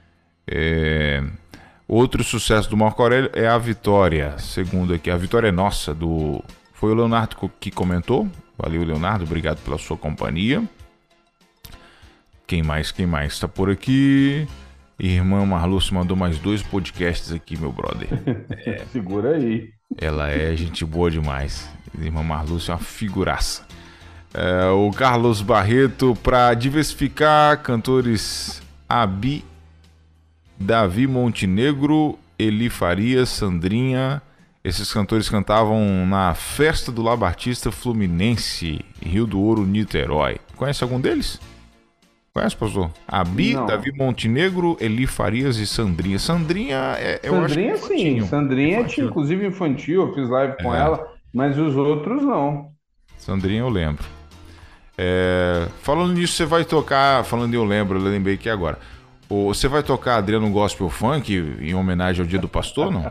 S2: outro sucesso do Marco Aurélio é a Vitória. Segundo aqui, a Vitória é nossa. Foi o Leonardo que comentou. Valeu, Leonardo. Obrigado pela sua companhia. Quem mais tá por aqui? Irmã Marluce mandou mais 2 podcasts aqui, meu brother.
S3: Segura aí.
S2: Ela é gente boa demais. Irmã Marluce é uma figuraça. O Carlos Barreto, para diversificar, cantores Abi, Davi Montenegro, Eli Farias, Sandrinha. Esses cantores cantavam na Festa do Labartista Fluminense, Rio do Ouro, Niterói. Conhece algum deles? Conhece, pastor? Abi,
S3: Não.
S2: Davi Montenegro, Eli Farias e Sandrinha. Sandrinha
S3: eu acho que sim. Sandrinha tinha inclusive infantil, eu fiz live com ela, mas os outros não.
S2: Sandrinha eu lembro. Falando nisso, você vai tocar... Falando eu lembrei aqui agora. Você vai tocar Adriano Gospel Funk em homenagem ao Dia do Pastor, não?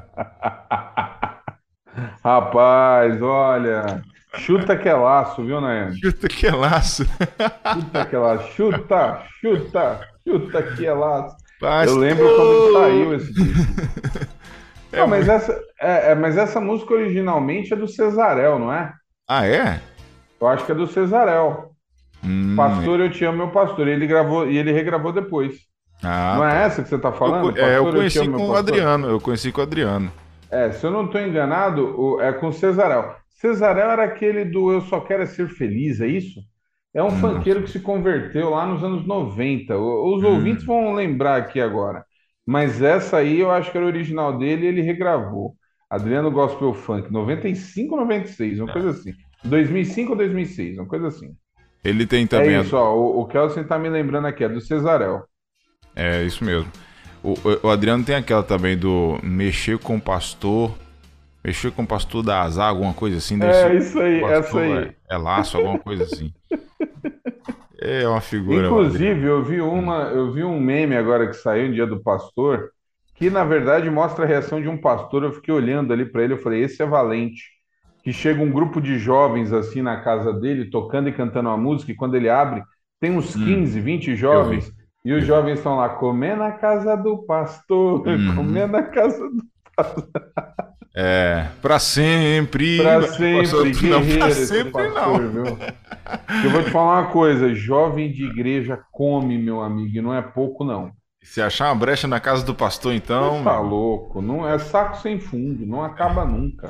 S3: Rapaz, olha... Chuta que é laço, viu, Nayane?
S2: Chuta que é laço.
S3: Chuta que é laço. Chuta que é laço.
S2: Pastor!
S3: Eu lembro quando saiu esse disco. Não, mas essa música originalmente é do Cesarel, não é?
S2: Ah, é?
S3: Eu acho que é do Cesarel. Pastor, eu te amo, meu pastor. Ele gravou e ele regravou depois. Não é essa que você tá falando?
S2: Eu conheci com o Adriano.
S3: Se eu não estou enganado, é com o Cesarel. Cesarel era aquele do Eu Só Quero É Ser Feliz, é isso? É um funkeiro que se converteu lá nos anos 90. Os ouvintes vão lembrar aqui agora. Mas essa aí eu acho que era o original dele e ele regravou. Adriano Gospel Funk, 95 ou 96, uma coisa assim. 2005 ou 2006, uma coisa assim.
S2: Ele tem também...
S3: É isso, o Kelsen tá me lembrando aqui, é do Cesarel.
S2: É, isso mesmo. O Adriano tem aquela também do Mexer com o Pastor da Azar, alguma coisa assim.
S3: Isso aí, essa aí.
S2: É laço, alguma coisa assim. É uma figura.
S3: Inclusive, eu vi um meme agora que saiu no Dia do Pastor, que na verdade mostra a reação de um pastor. Eu fiquei olhando ali para ele, eu falei, esse é valente. Que chega um grupo de jovens assim na casa dele, tocando e cantando uma música, e quando ele abre, tem uns 15, 20 jovens, e os jovens estão lá, comendo na casa do pastor, comendo na casa do pastor.
S2: Pra sempre.
S3: Pra sempre, guerreiro,
S2: pra sempre
S3: pastor,
S2: não.
S3: Viu? Eu vou te falar uma coisa, jovem de igreja come, meu amigo, e não é pouco não.
S2: Se achar uma brecha na casa do pastor, então...
S3: Tá louco, não é saco sem fundo, não acaba nunca.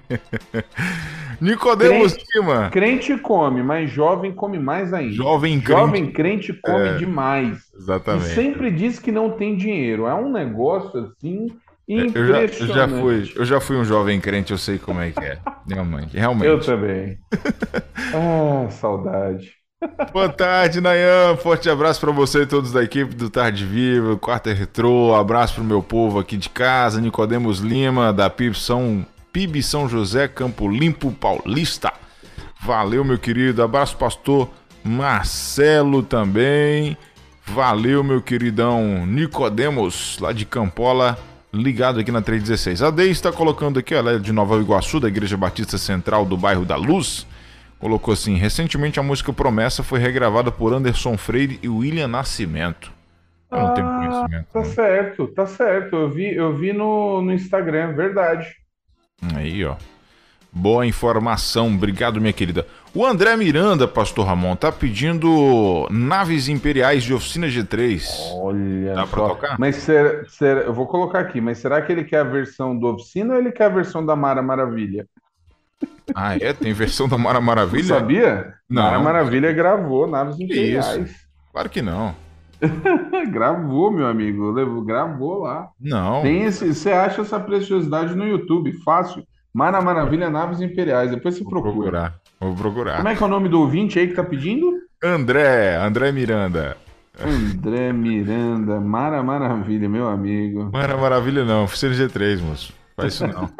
S2: Nicodemos Lima.
S3: Crente come, mas jovem come mais ainda.
S2: Jovem
S3: crente come demais.
S2: Exatamente.
S3: E sempre diz que não tem dinheiro. É um negócio assim impressionante.
S2: Eu já fui um jovem crente, eu sei como é que é. Realmente.
S3: Eu também. Saudade.
S2: Boa tarde, Nayan. Forte abraço pra você e todos da equipe do Tarde Viva, Quarta Retrô. Abraço pro meu povo aqui de casa, Nicodemos Lima, da PIB São José, Campo Limpo, Paulista. Valeu, meu querido. Abraço, pastor Marcelo também. Valeu, meu queridão Nicodemos, lá de Campola, ligado aqui na 316. A Deise está colocando aqui, ela é de Nova Iguaçu, da Igreja Batista Central do bairro da Luz. Colocou assim: recentemente a música Promessa foi regravada por Anderson Freire e William Nascimento. Eu não tenho conhecimento.
S3: Tá certo. Eu vi no Instagram, verdade.
S2: Aí, ó. Boa informação, obrigado, minha querida. O André Miranda, pastor Ramon, tá pedindo Naves Imperiais de Oficina G3.
S3: Olha,
S2: dá pra tocar?
S3: Mas eu vou colocar aqui, mas será que ele quer a versão do Oficina ou ele quer a versão da Mara Maravilha?
S2: Ah, é? Tem versão da Mara Maravilha?
S3: Você sabia?
S2: Não.
S3: Mara Maravilha gravou Naves Imperiais.
S2: Isso? Claro que não.
S3: Gravou, meu amigo. Gravou lá.
S2: Não.
S3: Você acha essa preciosidade no YouTube, fácil. Mara Maravilha, Naves Imperiais. Depois você procura.
S2: Vou procurar.
S3: Como é que é o nome do ouvinte aí que tá pedindo?
S2: André Miranda.
S3: André Miranda, Mara Maravilha, meu amigo.
S2: Mara Maravilha não, Oficina G3, moço. Faz isso não.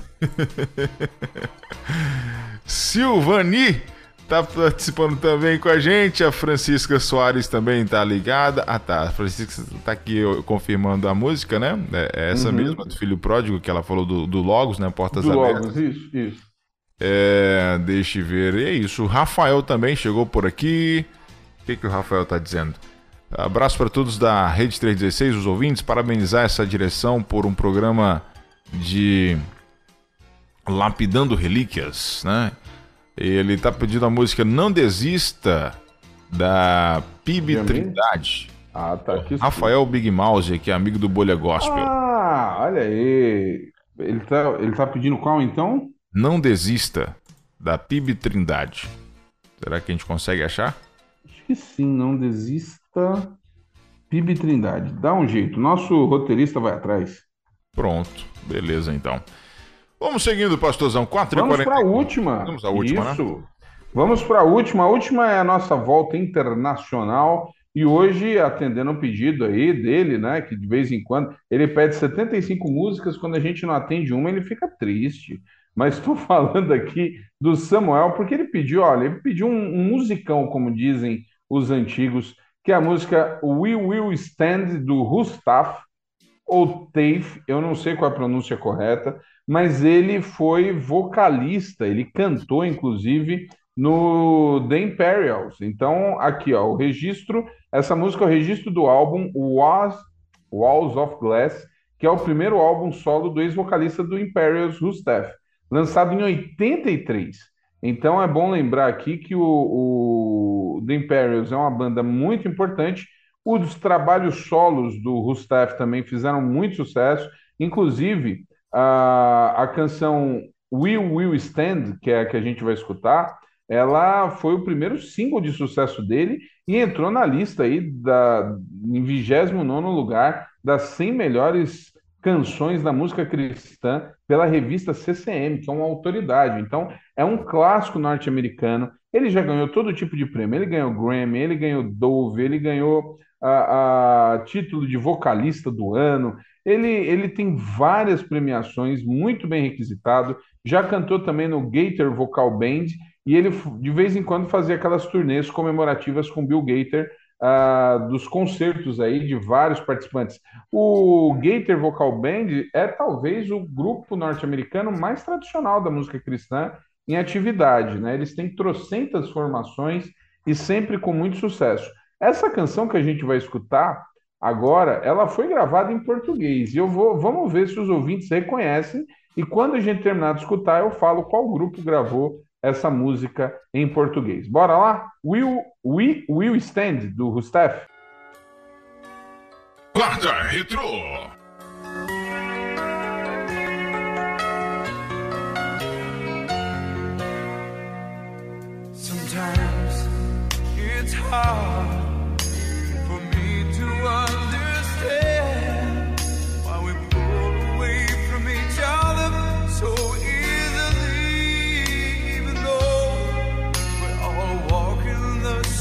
S2: Silvani tá participando também com a gente. A Francisca Soares também tá ligada. Ah, tá. A Francisca tá aqui confirmando a música, né? É essa mesma, do Filho Pródigo, que ela falou do Logos, né? Portas
S3: do
S2: Abertas.
S3: Logos, isso.
S2: Deixa eu ver. E é isso. O Rafael também chegou por aqui. O que o Rafael tá dizendo? Abraço para todos da Rede 316, os ouvintes. Parabenizar essa direção por um programa de Lapidando Relíquias, né? Ele tá pedindo a música Não Desista, da PIB Trindade.
S3: Ah, tá aqui.
S2: Rafael Big Mouse, que é amigo do Bolha Gospel.
S3: Ah, olha aí. Ele tá pedindo qual, então?
S2: Não Desista, da PIB Trindade. Será que a gente consegue achar?
S3: Acho que sim, Não Desista, PIB Trindade. Dá um jeito, nosso roteirista vai atrás.
S2: Pronto, beleza então. Vamos seguindo, pastorzão, 4h40.
S3: Vamos para a última.
S2: Vamos à última,
S3: isso.
S2: né?
S3: Vamos para a última. A última é a nossa volta internacional. E hoje, atendendo um pedido aí dele, né? Que de vez em quando ele pede 75 músicas, quando a gente não atende uma, ele fica triste. Mas estou falando aqui do Samuel, porque ele pediu um musicão, como dizem os antigos, que é a música We Will Stand, do Rustaf, ou Tafe, eu não sei qual é a pronúncia correta, mas ele foi vocalista, ele cantou, inclusive, no The Imperials. Então, aqui, ó, o registro, essa música é o registro do álbum Walls of Glass, que é o primeiro álbum solo do ex-vocalista do Imperials, Rustaf, lançado em 83. Então, é bom lembrar aqui que o The Imperials é uma banda muito importante. Os trabalhos solos do Rustaf também fizeram muito sucesso, inclusive a canção We Will Stand, que é a que a gente vai escutar, ela foi o primeiro single de sucesso dele e entrou na lista aí em 29º lugar das 100 melhores canções da música cristã pela revista CCM, que é uma autoridade. Então, é um clássico norte-americano. Ele já ganhou todo tipo de prêmio. Ele ganhou Grammy, ele ganhou Dove, ele ganhou título de vocalista do ano. Ele tem várias premiações, muito bem requisitado. Já cantou também no Gaither Vocal Band e ele, de vez em quando, fazia aquelas turnês comemorativas com Bill Gaither, dos concertos aí de vários participantes. O Gaither Vocal Band é talvez o grupo norte-americano mais tradicional da música cristã em atividade, né? Eles têm trocentas formações e sempre com muito sucesso. Essa canção que a gente vai escutar agora, ela foi gravada em português e vamos ver se os ouvintes reconhecem, e quando a gente terminar de escutar eu falo qual grupo gravou essa música em português. Bora lá? We Will Stand, do Rustaf.
S2: Quarta Retrô.
S11: Sometimes it's hard for me to understand why we pull away from each other so easily, even though we're all walking the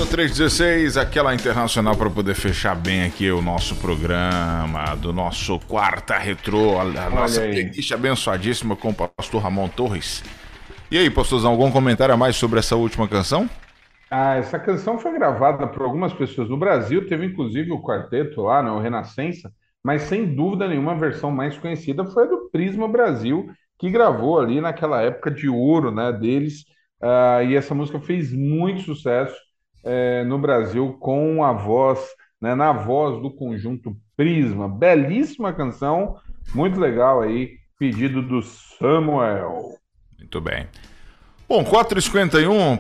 S2: 316, aquela internacional para poder fechar bem aqui o nosso programa, do nosso Quarta Retrô, a nossa playlist abençoadíssima com o pastor Ramon Torres. E aí, pastorzão, algum comentário a mais sobre essa última canção?
S3: Essa canção foi gravada por algumas pessoas no Brasil, teve inclusive o quarteto lá, né, o Renascença, mas sem dúvida nenhuma a versão mais conhecida foi a do Prisma Brasil, que gravou ali naquela época de ouro, né, deles, e essa música fez muito sucesso no Brasil com a voz, né, na voz do conjunto Prisma. Belíssima canção, muito legal aí, pedido do Samuel.
S2: Muito bem. Bom, 4h51,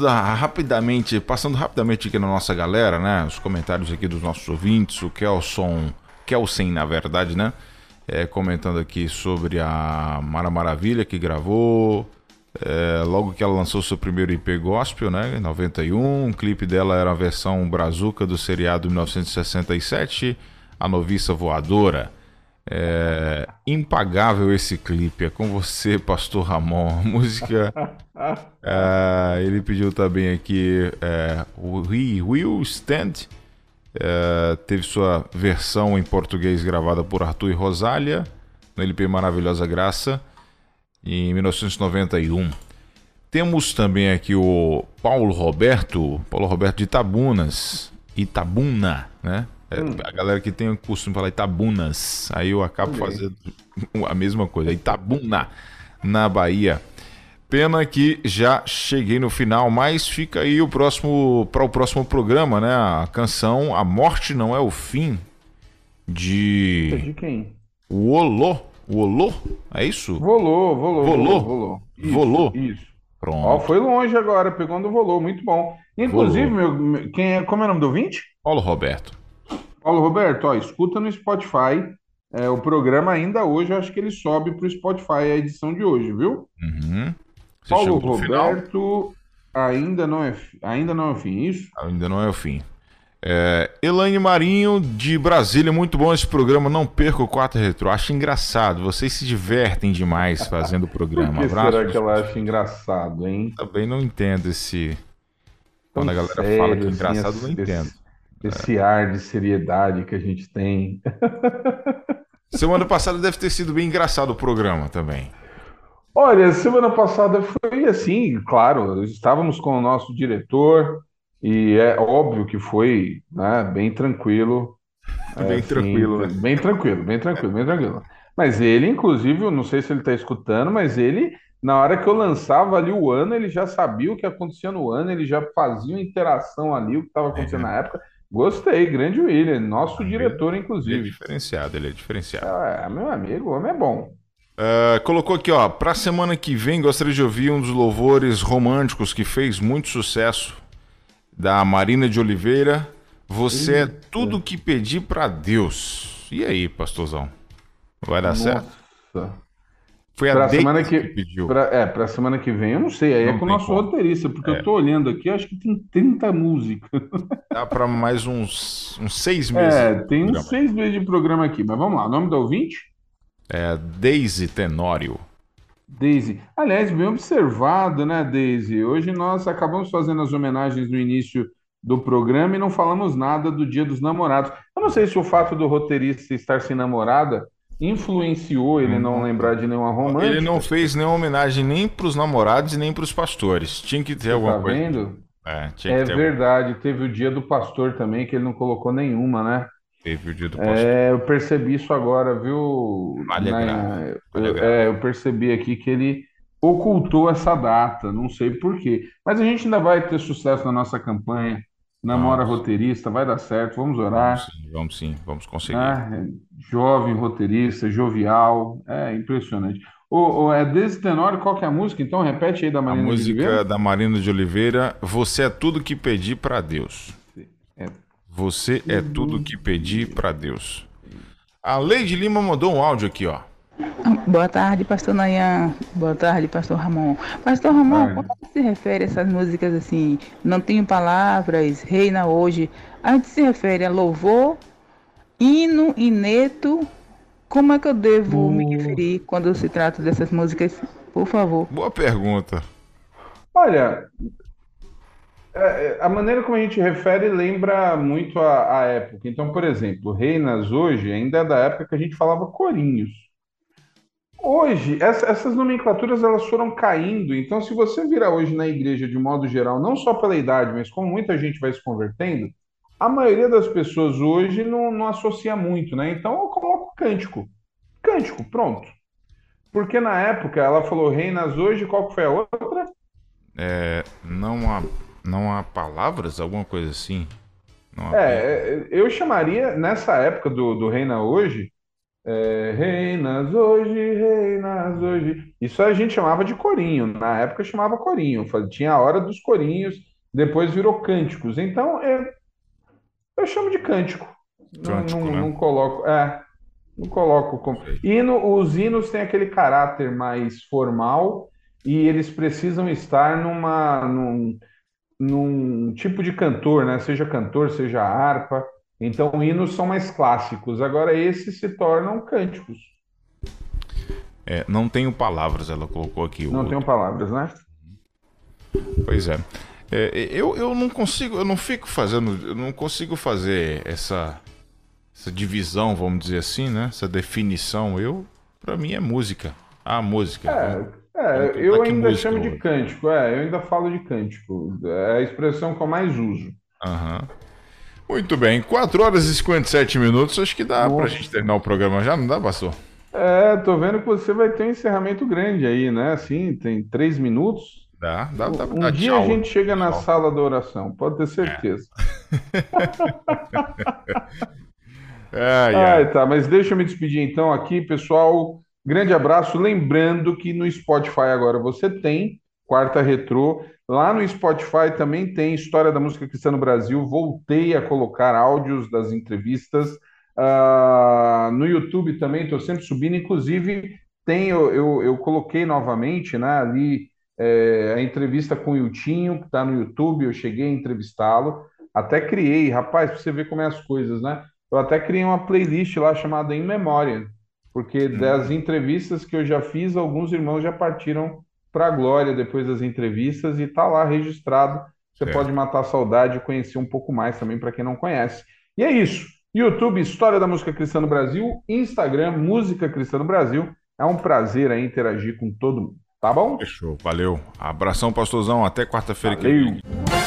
S2: passando rapidamente aqui na nossa galera, né? Os comentários aqui dos nossos ouvintes, o Kelsen, na verdade, né? Comentando aqui sobre a Mara Maravilha, que gravou logo que ela lançou seu primeiro IP Gospel, né? Em 91, o clipe dela era a versão brazuca do seriado 1967, A Noviça Voadora. Impagável esse clipe, é com você, pastor Ramon. A música ele pediu também aqui We Will Stand, teve sua versão em português gravada por Arthur e Rosália no LP Maravilhosa Graça em 1991. Temos também aqui o Paulo Roberto de Itabuna, né? A galera que tem o costume de falar Itabunas, aí eu acabo fazendo a mesma coisa, Itabuna, na Bahia. Pena que já cheguei no final, mas fica aí para o próximo programa, né? A canção A Morte Não É o Fim, de
S3: quem?
S2: Wolô, é isso?
S3: Volô. Isso.
S2: Pronto.
S3: Foi longe agora, pegando o Volô, muito bom. Inclusive, como é o nome do ouvinte?
S2: Paulo Roberto,
S3: escuta no Spotify. O programa ainda hoje, eu acho que ele sobe para o Spotify, a edição de hoje, viu?
S2: Uhum.
S3: Paulo Roberto, ainda não é o fim, isso?
S2: Ainda não é o fim. Elaine Marinho, de Brasília, muito bom esse programa, não perca o Quarta Retrô, acho engraçado, vocês se divertem demais fazendo o programa.
S3: Por que será que ela acha engraçado, hein?
S2: Também não entendo quando a galera fala que é engraçado, não entendo.
S3: Esse ar de seriedade que a gente tem.
S2: Semana passada deve ter sido bem engraçado o programa também.
S3: Olha, semana passada foi assim, claro, estávamos com o nosso diretor e é óbvio que foi, né, bem tranquilo. Bem tranquilo. Mas ele, inclusive, eu não sei se ele está escutando, mas ele, na hora que eu lançava ali o ano, ele já sabia o que acontecia no ano, ele já fazia uma interação ali, o que estava acontecendo na época. Gostei, grande William, nosso diretor, inclusive.
S2: Ele é diferenciado.
S3: Meu amigo, o homem é bom.
S2: Colocou aqui, ó, pra semana que vem gostaria de ouvir um dos louvores românticos que fez muito sucesso, da Marina de Oliveira, Você é tudo que pedi pra Deus. E aí, pastorzão? Vai dar certo? Foi a Deise que pediu.
S3: Pra semana que vem, eu não sei. Aí é com o nosso roteirista, porque eu tô olhando aqui, acho que tem 30 músicas.
S2: Dá pra mais uns 6 meses.
S3: Tem uns 6 meses de programa aqui. Mas vamos lá, o nome da ouvinte?
S2: Deise Tenório.
S3: Deise. Aliás, bem observado, né, Deise? Hoje nós acabamos fazendo as homenagens no início do programa e não falamos nada do Dia dos Namorados. Eu não sei se o fato do roteirista estar sem namorada influenciou ele não lembrar de nenhuma romântica.
S2: Ele não fez nenhuma homenagem nem para os namorados e nem para os pastores. Tinha que ter alguma coisa.
S3: Tá vendo?
S2: Tinha que ter
S3: verdade. Teve o Dia do Pastor também, que ele não colocou nenhuma, né?
S2: Teve o Dia do Pastor.
S3: Eu percebi isso agora, viu? Eu percebi aqui que ele ocultou essa data, não sei por quê. Mas a gente ainda vai ter sucesso na nossa campanha. Namora roteirista, vai dar certo, vamos orar.
S2: Vamos sim, vamos conseguir.
S3: Jovem roteirista, jovial, impressionante. Deise Tenório, qual que é a música? Então repete aí da Marina de Oliveira.
S2: A música da Marina de Oliveira, Você é tudo que pedi pra Deus. Você é tudo que pedi pra Deus. A Leide Lima mandou um áudio aqui, ó.
S16: Boa tarde, pastor Nayan. Boa tarde, pastor Ramon. Pastor Ramon, como se refere a essas músicas assim, Não Tenho Palavras, Reina Hoje? A gente se refere a louvor, hino, ineto. Como é que eu devo me referir quando se trata dessas músicas? Por favor.
S2: Boa pergunta.
S3: Olha, A maneira como a gente refere lembra muito a época. Então, por exemplo, Reinas hoje ainda é da época que a gente falava corinhos. Hoje, essas nomenclaturas elas foram caindo. Então, se você virar hoje na igreja de modo geral, não só pela idade, mas como muita gente vai se convertendo, a maioria das pessoas hoje não associa muito, né? Então, eu coloco cântico. Cântico, pronto. Porque na época ela falou Reinas hoje, qual que foi a outra?
S2: Não há palavras, alguma coisa assim.
S3: Eu chamaria, nessa época do Reina Hoje, Reinas hoje. Isso a gente chamava de corinho. Na época chamava corinho. Tinha a hora dos corinhos, depois virou cânticos. Então, eu chamo de cântico.
S2: Cântico, né?
S3: Não coloco. Não coloco como. Os hinos têm aquele caráter mais formal e eles precisam estar num tipo de cantor, né? Seja cantor, seja harpa. Então, hinos são mais clássicos. Agora, esses se tornam cânticos.
S2: Não tenho palavras, ela colocou aqui.
S3: Não tenho palavras, né?
S2: Pois é. Eu não consigo, eu não consigo fazer essa divisão, vamos dizer assim, né? Essa definição. Pra mim é música. A música.
S3: Eu ainda chamo de cântico. Eu ainda falo de cântico. É a expressão que eu mais uso.
S2: Muito bem, 4 horas e 57 minutos, acho que dá pra gente terminar o programa já, não dá, pastor?
S3: Tô vendo que você vai ter um encerramento grande aí, né? Assim, tem 3 minutos.
S2: Dá
S3: Um dia
S2: tchau.
S3: a gente chega na sala da oração, pode ter certeza. Tá, mas deixa eu me despedir então aqui, pessoal. Grande abraço, lembrando que no Spotify agora você tem Quarta Retrô. Lá no Spotify também tem História da Música Cristã no Brasil. Voltei a colocar áudios das entrevistas. No YouTube também estou sempre subindo. Inclusive, eu coloquei novamente, né, ali a entrevista com o Iltinho, que está no YouTube. Eu cheguei a entrevistá-lo. Até criei, rapaz, para você ver como é as coisas, né? Eu até criei uma playlist lá chamada In Memoriam, porque das entrevistas que eu já fiz, alguns irmãos já partiram para a glória depois das entrevistas e tá lá registrado. Você pode matar a saudade e conhecer um pouco mais também para quem não conhece. E é isso. YouTube, História da Música Cristã no Brasil. Instagram, Música Cristã no Brasil. É um prazer aí interagir com todo mundo. Tá bom?
S2: Fechou. Valeu. Abração, pastorzão. Até quarta-feira que vem.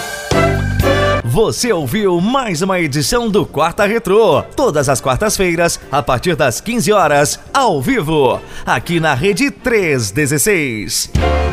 S1: Você ouviu mais uma edição do Quarta Retrô. Todas as quartas-feiras, a partir das 15 horas, ao vivo. Aqui na Rede 316.